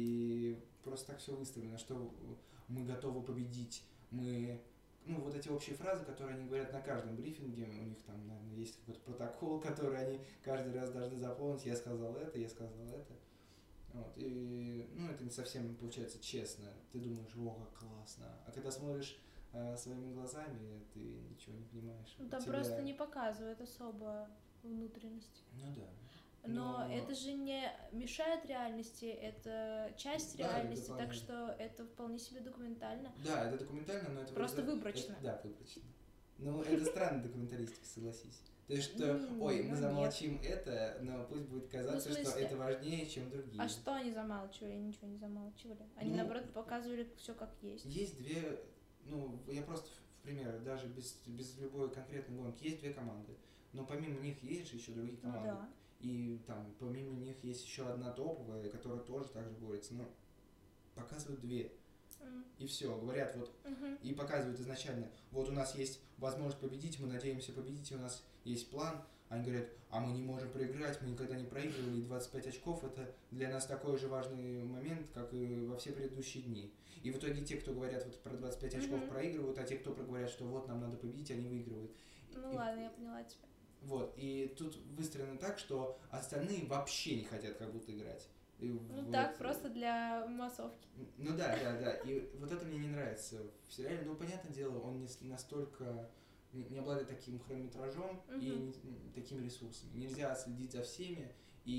И просто так все выставлено, что мы готовы победить, мы... Ну, вот эти общие фразы, которые они говорят на каждом брифинге, у них там, наверное, есть какой-то протокол, который они каждый раз должны заполнить. Я сказал это, я сказал это. Вот. И, ну, это не совсем получается честно. Ты думаешь, о, как классно. А когда смотришь э, своими глазами, ты ничего не понимаешь. Ну, У там тебя- просто не показывают особо внутренность. Ну да. Но, Но- это же не мешает реальности, это часть Да, это реальности, так дополнение. что это вполне себе документально. Да, это документально, но это... Просто вроде- выборочно. это- да, выборочно. Ну, это странная документалистика, согласись. То есть, что, М, ой, ну, мы нет. замолчим это, но пусть будет казаться, Ну, в что смысле? это важнее, чем другие. А что они замалчивали? Ничего не замалчивали. Они, Ну, наоборот, показывали все как есть. Есть две, ну, я просто в в пример, даже без, без любой конкретной гонки, есть две команды. Но помимо них есть же еще другие Ну команды. да. И там помимо них есть еще одна топовая, которая тоже так же борется. Но показывают две. М, И все, говорят, вот, мгм. и показывают изначально, вот у нас есть возможность победить, мы надеемся победить, и у нас есть план. Они говорят, а мы не можем проиграть, мы никогда не проигрывали, и двадцать пять очков это для нас такой же важный момент, как и во все предыдущие дни. И в итоге те, кто говорят вот про двадцать пять очков, Мгм. проигрывают, а те, кто говорят, что вот нам надо победить, они выигрывают. Ну И- ладно, я поняла тебя. Вот, и тут выстроено так, что остальные вообще не хотят как будто играть. И Ну вот, так, просто для массовки. Ну да, да, да. И вот это мне не нравится в сериале. Ну, понятное дело, он не с- настолько не не обладает таким хронометражом и Мгм. не- такими ресурсами. Нельзя следить за всеми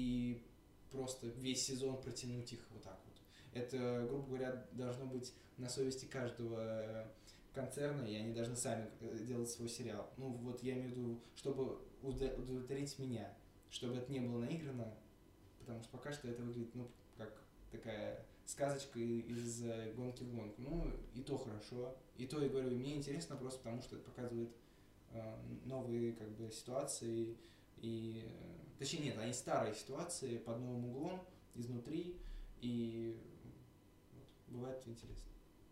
и просто весь сезон протянуть их вот так вот. Это, грубо говоря, должно быть на совести каждого концерна, и они должны сами э, делать свой сериал. Ну, вот я имею в виду, чтобы уда- удовлетворить меня, чтобы это не было наиграно, потому что пока что это выглядит, ну, как такая сказочка из гонки в гонку. Ну, и то хорошо. И то, я говорю, мне интересно просто потому, что это показывает э, новые, как бы, ситуации. И, э, точнее, нет, они старые ситуации под новым углом, изнутри. И вот, бывает интересно.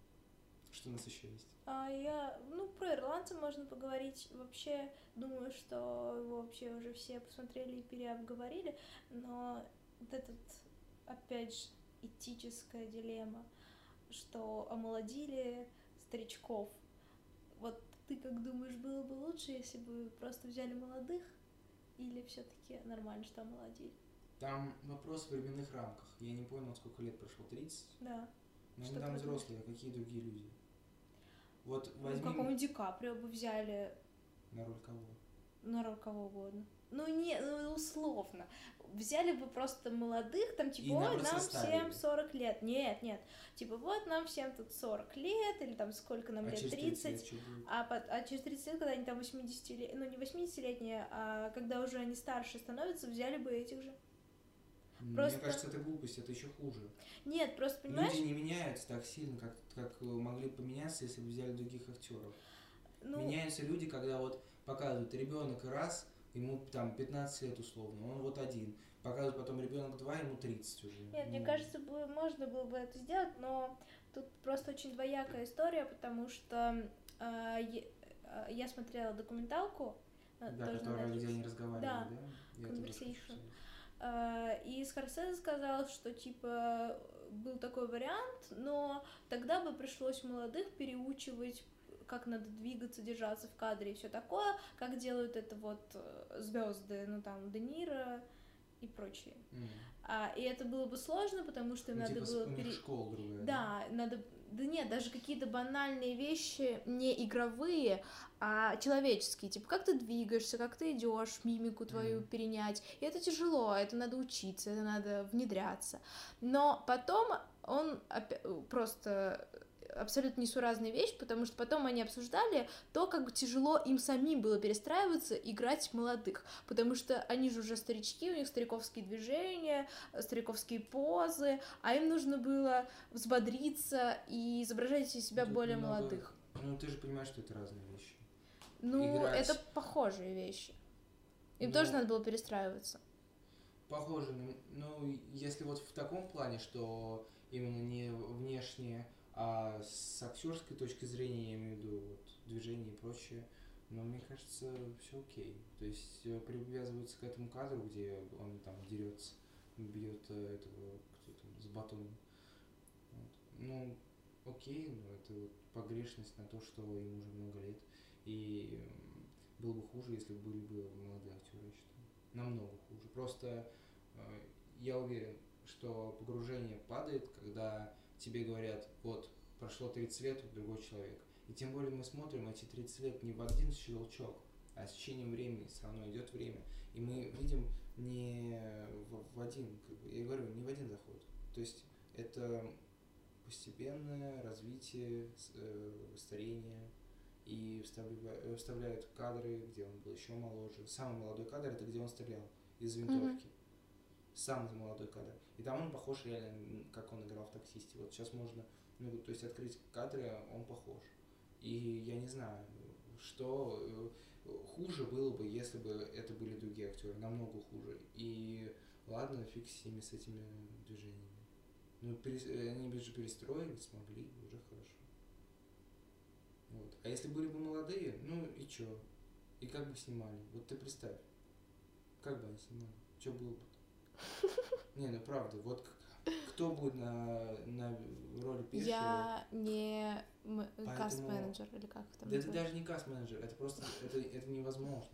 Что у нас еще есть? А я, ну, про ирландца можно поговорить. Вообще, думаю, что его вообще уже все посмотрели и переобговорили, но вот этот, опять же, этическая дилемма, что омолодили старичков. Вот ты как думаешь, было бы лучше, если бы просто взяли молодых, или все-таки нормально, что омолодили? Там вопрос в временных рамках. Я не понял, сколько лет прошло, тридцать? Да. Но Что они там ты взрослые, а какие другие люди? Вот Ну, возьми... какого-нибудь Ди Каприо бы взяли На роль кого? на роль кого угодно. Ну, не, ну, условно. Взяли бы просто молодых, там, типа, И ой, наоборот нам составили. всем сорок лет. Нет, нет. Типа, вот нам всем тут сорок лет, или там сколько нам А лет, через тридцать. тридцать лет что будет? А, под, а через тридцать лет, когда они там восьмидесятилетние, ну, не восьмидесятилетние, а когда уже они старше становятся, взяли бы этих же. Просто... Мне кажется, это глупость, это еще хуже. Нет, просто, понимаешь... Люди не меняются так сильно, как, как могли поменяться, если бы взяли других актеров. Ну... Меняются люди, когда вот показывают ребенок раз, ему там пятнадцать лет условно, он вот один. Показывают потом ребенок два, ему тридцать уже. Нет, ну... мне кажется, бы, можно было бы это сделать, но тут просто очень двоякая история, потому что э, я, я смотрела документалку. Да, которая, где они разговаривали, да? Да, Conversation. Uh, и Скорсезе сказал, что типа был такой вариант, но тогда бы пришлось молодых переучивать, как надо двигаться, держаться в кадре и все такое, как делают это вот звезды, ну там Де Ниро и прочие. Mm. А, и это было бы сложно, потому что им ну, надо типа было у них пере... школа другая. Да, да, надо. Да нет, даже какие-то банальные вещи, не игровые, а человеческие, типа как ты двигаешься, как ты идешь, мимику твою mm. перенять. И это тяжело, это надо учиться, это надо внедряться. Но потом он просто абсолютно несуразная вещь, потому что потом они обсуждали то, как тяжело им самим было перестраиваться, играть молодых, потому что они же уже старички, у них стариковские движения, стариковские позы, а им нужно было взбодриться и изображать из себя Тут более немного... молодых. Ну, ты же понимаешь, что это разные вещи. Ну, Играть... это похожие вещи. Им ну... тоже надо было перестраиваться. Похоже, ну, если вот в таком плане, что именно не внешне, а с актерской точки зрения, я имею в виду вот, движение и прочее, но мне кажется, все окей. То есть привязываются к этому кадру, где он там дерется, бьет этого кто там с батоном. Вот. Ну, окей, но это вот погрешность на то, что им уже много лет. И было бы хуже, если бы были бы молодые актеры, я считаю. Намного хуже. Просто э, я уверен, что погружение падает, когда тебе говорят, вот, прошло тридцать лет, другой человек. И тем более мы смотрим эти тридцать лет не в один щелчок, а с течением времени все равно идет время. И мы видим не в, в один, как бы, я говорю, не в один заход. То есть это постепенное развитие, э, старение, и вставляют, вставляют кадры, где он был еще моложе. Самый молодой кадр — это где он стрелял из винтовки. Mm-hmm. Самый молодой кадр. И там он похож реально, как он играл в «Таксисте». Вот сейчас можно, ну, то есть открыть кадры, он похож. И я не знаю, что хуже было бы, если бы это были другие актеры, намного хуже. И ладно, фиг с ними, с этими движениями. Ну, перес... они же перестроили, смогли, уже хорошо. Вот. А если были бы молодые, ну и чё? И как бы снимали? Вот ты представь, как бы они снимали? Чё было бы-то? Не, ну правда, вот кто будет на, на роли Пешера? Я не м- Поэтому... каст-менеджер, или как там Да называется? это даже не каст-менеджер, это просто, это, это невозможно.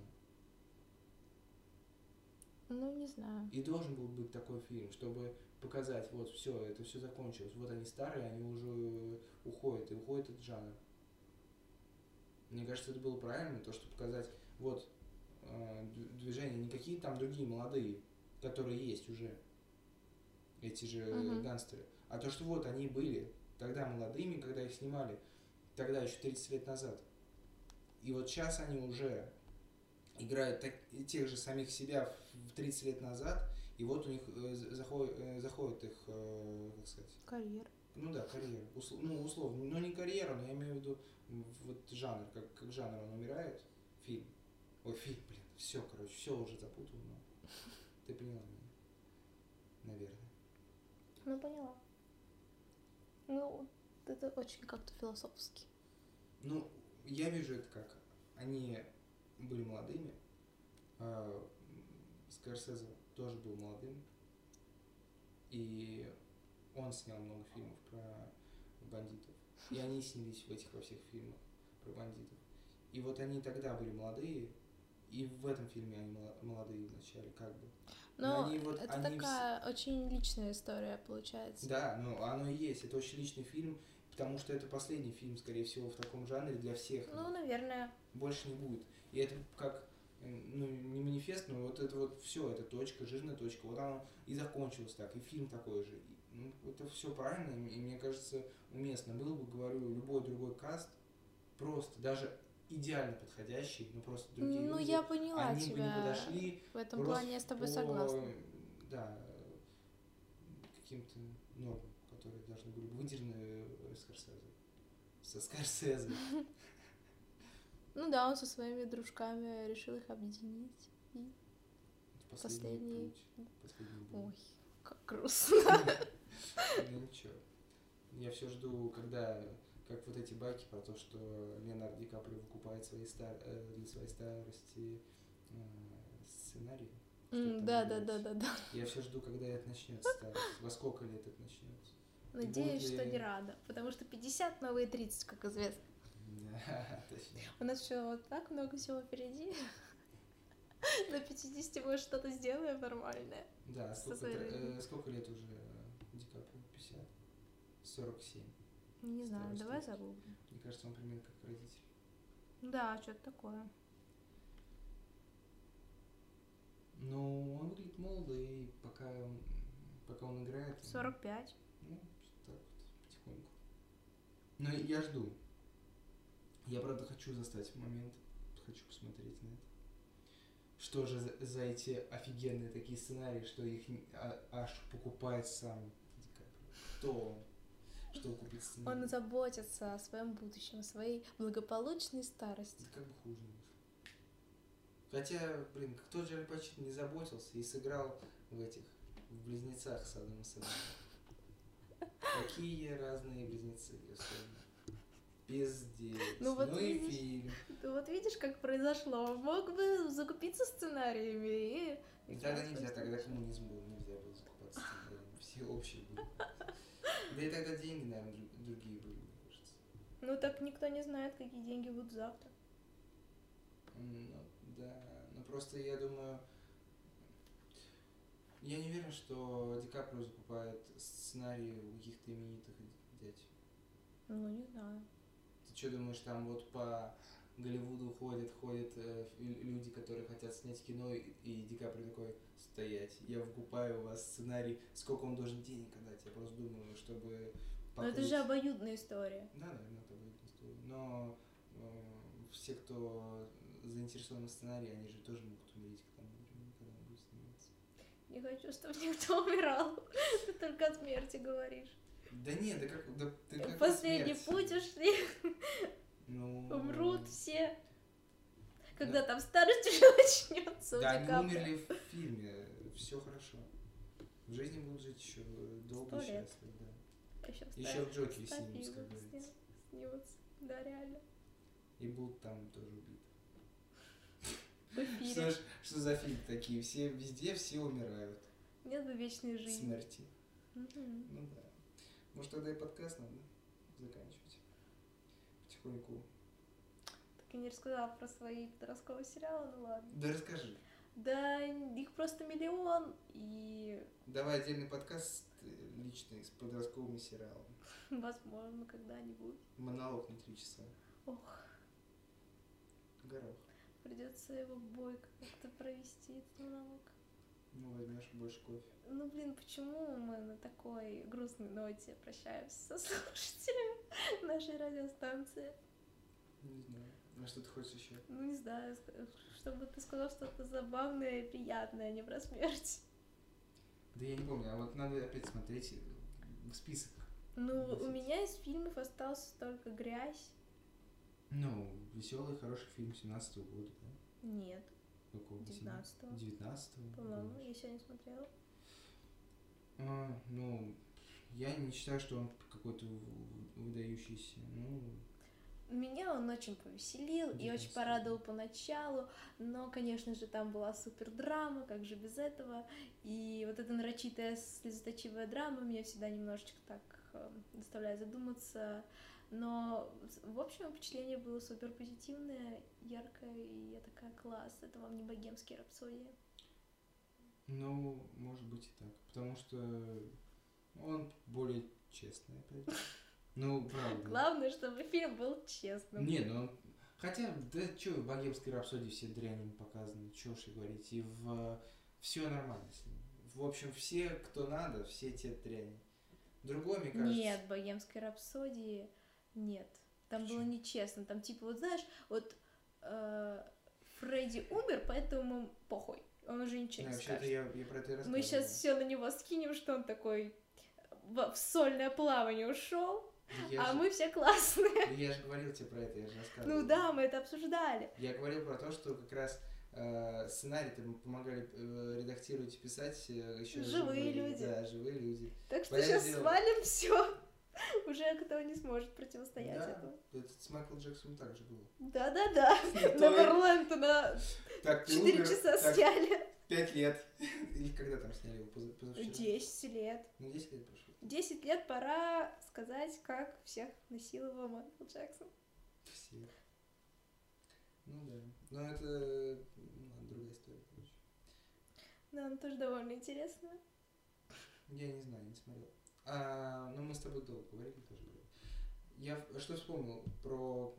Ну, не знаю. И должен был быть такой фильм, чтобы показать, вот все, это все закончилось, вот они старые, они уже уходят, и уходят от жанра. Мне кажется, это было правильно, то, что показать, вот, э, движения, не какие там другие молодые, которые есть уже, эти же uh-huh. гангстеры, а то, что вот они были тогда молодыми, когда их снимали, тогда еще тридцать лет назад. И вот сейчас они уже играют так, тех же самих себя в тридцать лет назад, и вот у них э, заходит, э, заходит их, э, как сказать... Карьера. Ну да, карьера. Усл- ну, условно. Ну, не карьера, но я имею в виду вот жанр, как, как жанр он умирает. Фильм. Ой, фильм, блин, все, короче, все уже запутал, но ты поняла меня, наверное. Ну, поняла. Ну, это очень как-то философски. Ну, я вижу это как. Они были молодыми, а Скорсезе тоже был молодым, и он снял много фильмов про бандитов. И они снялись в этих во всех фильмах про бандитов. И вот они тогда были молодые, и в этом фильме они молодые вначале, как бы. Но, Но они вот, это они такая вс... очень личная история, получается. Да, ну оно и есть. Это очень личный фильм, потому что это последний фильм, скорее всего, в таком жанре для всех. Ну, наверное. Больше не будет. И это как, ну, не манифест, но вот это вот все, это точка, жирная точка. Вот оно и закончилось так, и фильм такой же. И, ну, это все правильно, и мне кажется, уместно. Был бы, говорю, любой другой каст, просто даже идеально подходящий, но просто другие ну, люди, я поняла они тебя. бы не подошли. В этом плане я с тобой по, согласна. Да, каким-то нормам, которые должны были быть выдержаны Скорсезе. Со Скорсезе. Ну да, он со своими дружками решил их объединить. И последний... Последний... Ой, как грустно. Ну ничего. Я все жду, когда... Как вот эти байки про то, что Леонардо Ди Каприо выкупает свои стар... для своей старости сценарий. Mm, да, да, да, да, да. Я все жду, когда это начнется старость. Во сколько лет это начнется? Надеюсь, ли... что не рано. Потому что пятьдесят, новые тридцать, как известно. Да, точно. У нас еще вот так много всего впереди. До пятидесяти мы что-то сделаем нормальное. Да, сколько, э, сколько лет уже Ди Каприо? пятьдесят? сорок семь. Не знаю, давай загуглим. Мне кажется, он примерно как родитель. Да, что-то такое. Ну, он выглядит молодый, пока он, пока он играет. сорок пять. Ну, так вот, потихоньку. Но я жду. Я, правда, хочу застать момент, хочу посмотреть на это. Что же за, за эти офигенные такие сценарии, что их а, аж покупает сам Ди Каприо? Кто он? Что купит сценарий? Он заботится о своем будущем, о своей благополучной старости. Да как бы хуже не вышло. Хотя, блин, кто же Аль Пачино не заботился и сыграл в этих, в «Близнецах» с Адамом Сэндлером. Какие разные близнецы, особенно. Пиздец. Ну, вот ну видишь, и фильм. Ты вот видишь, как произошло. Мог бы закупиться сценариями и... Тогда нельзя, тогда коммунизм был, нельзя было закупаться сценариями. Все общие были. Да и тогда деньги, наверное, другие были, мне кажется. Ну так никто не знает, какие деньги будут завтра. Ну, да. Ну просто я думаю... Я не уверен, что Ди Каприо закупает сценарии у каких-то именитых дядь. Ну, не знаю. Ты что думаешь, там вот по Голливуду ходят, ходят э, люди, которые хотят снять кино, и, и Ди Каприо такой: стоять, я выкупаю у вас сценарий, сколько он должен денег отдать? Я просто думаю, чтобы... Покрыть... Но это же обоюдная история. Да, наверное, это обоюдная история. Но э, все, кто заинтересован в сценарии, они же тоже могут умереть к тому времени, когда он будет сниматься. Не хочу, чтобы никто умирал. Ты только о смерти говоришь. Да нет, да как... Да, ты как последний путь ушли. Ну... Умрут все. Когда да. там старость уже начнется. Да, они умерли в фильме. Все хорошо. В жизни будут жить еще долго и счастливо, да. Еще, еще в Джокере снимутся, как говорится. Снимутся, да, реально. И будут там тоже убиты. Что, что за фильм такие? Все везде все умирают. Нет бы вечной жизни. Смерти. Угу. Ну да. Может, тогда и подкаст надо заканчивать. Потихоньку. Так и не рассказала про свои подростковые сериалы, ну ладно. Да расскажи. Да, их просто миллион, и... Давай отдельный подкаст личный с подростковыми сериалами. Возможно, когда-нибудь. Монолог на три часа. Ох. Горох. Придется его бойко как-то провести, этот монолог. Ну, возьмешь больше кофе. Ну, блин, почему мы на такой грустной ноте прощаемся со слушателями нашей радиостанции? Не знаю. А что ты хочешь еще? Ну, не знаю, ск- чтобы ты сказал что-то забавное и приятное, а не про смерть. Да я не помню, а вот надо опять смотреть в список. Ну, у Носить. меня из фильмов остался только «Грязь». Ну, веселый, хороший фильм семнадцатого года, да? Нет, Какого? девятнадцатого. девятнадцатого? По-моему, я сегодня смотрела. А, ну, я не считаю, что он какой-то в- выдающийся. Ну, Меня он очень повеселил и очень девятнадцатый. порадовал поначалу, но, конечно же, там была супер драма, как же без этого, и вот эта нарочитая слезоточивая драма меня всегда немножечко так э, заставляет задуматься, но в общем впечатление было супер позитивное, яркое, и я такая: класс, это вам не богемские рапсодии. ну, может быть и так. Потому что он более честный, опять. Ну, правда. Главное, чтобы фильм был честным. Не, ну, хотя, да чё, в «Богемской рапсодии» все дрянью показаны, чё уж и говорить, и в все нормально с ним. В общем, все, кто надо, все те дряни. Другой, мне кажется... Нет, в «Богемской рапсодии» нет. Там было Почему? нечестно. Там типа, вот знаешь, вот э, Фредди умер, поэтому похуй. Он уже ничего Да, не вообще-то скажет. я, я про это и рассказывал. Мы сейчас все на него скинем, что он такой в, в сольное плавание ушел, Да я а же- мы все классные. да я же говорил тебе про это, я же рассказывал. Ну да, мы это обсуждали. Я говорил про то, что как раз э, сценарий-то мы помогали э, редактировать и писать э, еще Живые люди. Да, живые люди. Так что Понятное сейчас дело. свалим все. Уже кто не сможет противостоять Да, этому. это с Майклом Джексоном также было. Да-да-да. То- Неверленд на Так, ты четыре умер, часа так, сняли. пять лет. Или когда там сняли его? Поза- Позавчера? Десять лет. Ну, десять лет прошло. Десять лет пора сказать, как всех насиловал Майкл Джексон. Всех. Ну да. Но это ну, ладно, другая история, короче. Да, она тоже довольно интересная. Я не знаю, не смотрел. А, ну, мы с тобой долго говорили тоже. Я в- что вспомнил про...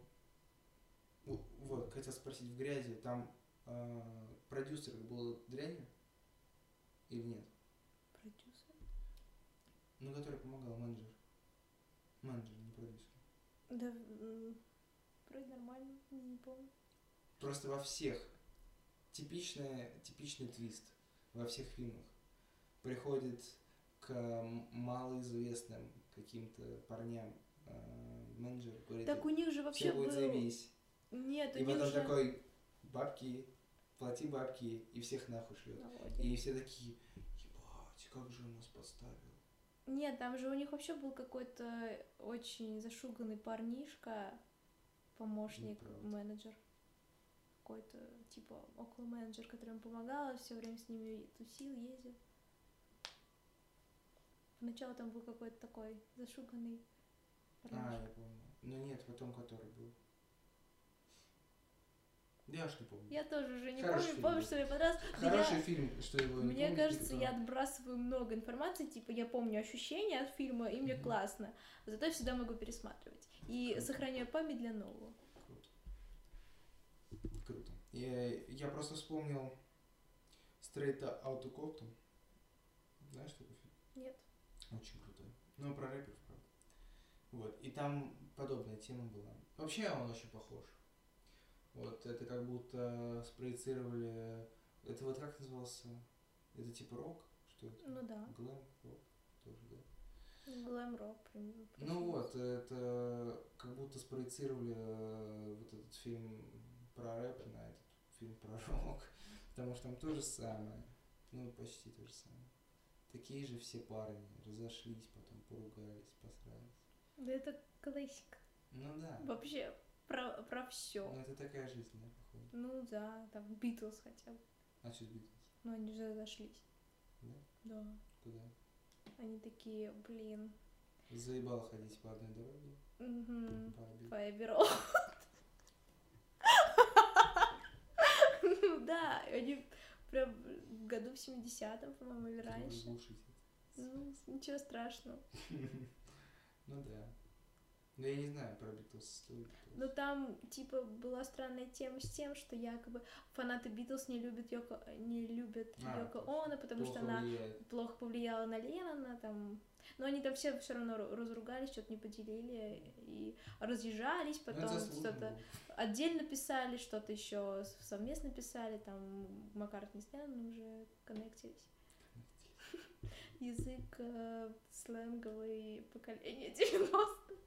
У- Вот, хотел спросить, в «Грязи» там а, продюсер был дрянью? Или нет? Продюсер. Ну, который помогал, менеджер. Менеджер, не продюсер. Да, м, вроде нормально, не помню. Просто во всех типичный, типичный твист во всех фильмах приходит к м- малоизвестным каким-то парням э, менеджер, говорит, Так у них же вообще все будет был... заебись. Нет, у И них потом же... такой, бабки, плати бабки, и всех нахуй шлет. Наводит. И все такие, ебать, как же он нас подставил. Нет, там же у них вообще был какой-то очень зашуганный парнишка, помощник, Неправда. менеджер. Какой-то, типа, около менеджер, который им помогал, все время с ними тусил, ездил. Поначалу там был какой-то такой зашуганный А, парнишка. я помню. Ну нет, потом который был. Я уж не помню. Я тоже уже не Хороший помню, фильм помню, был. что мне понравилось. Да Хороший я- фильм, что его не Мне помню, кажется, и я потом- отбрасываю много информации, типа я помню ощущения от фильма, и мне Мгм. классно. Зато я всегда могу пересматривать. И Круто. сохраняю память для нового. Круто. Круто. Я, я просто вспомнил Straight Outta Compton. Знаешь такой фильм? Нет. Очень крутой. Ну, про рэперов, правда. Вот. И там подобная тема была. Вообще он очень похож. Вот, это как будто спроецировали... Это вот как назывался? Это типа рок? Что это? Ну да. Глэм рок тоже, да? Глэм-рок. прям- Ну вот, это как будто спроецировали э, вот этот фильм про рэп на этот фильм про рок, потому что там то же самое, ну почти то же самое. Такие же все парни, разошлись, потом поругались, посрались. Да это классика. Ну да, Вообще про, про все. ну это такая жизнь, да, походу. Ну да, там Битлз хотя бы. А что с Битлз? Но они же разошлись. Да? Да. Куда? Они такие, блин. Заебало ходить по одной дороге. Угу. По обеим. Файберол. Ну да, и они прям в году в семидесятом, по-моему, или Чтобы раньше. заглушить это. Ну, ничего страшного. Ну да. Ну, я не знаю про Битлз, стоит. Но там, типа, была странная тема с тем, что якобы фанаты Битлз не любят Йоко, не любят А, Йоко Оно, потому что она влияет. плохо повлияла на Леннона, там... Но они там все все равно разругались, что-то не поделили и разъезжались, потом что-то отдельно писали, что-то еще совместно писали, там Маккартни с Ленноном уже коннектились. Язык э, сленговый поколение девяностых.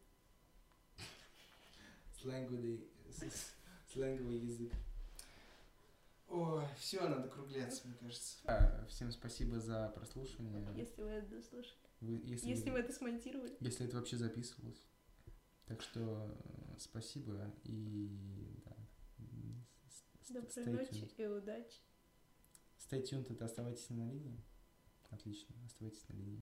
Сленговый, сленговый язык. Ой, все, надо кругляться, мне кажется. А, всем спасибо за прослушивание. Если вы это дослушали. Вы, если если вы, вы это смонтировали. Если это вообще записывалось. Так что спасибо и да. Доброй ночи и удачи. Stay tuned, это оставайтесь на линии. Отлично, оставайтесь на линии.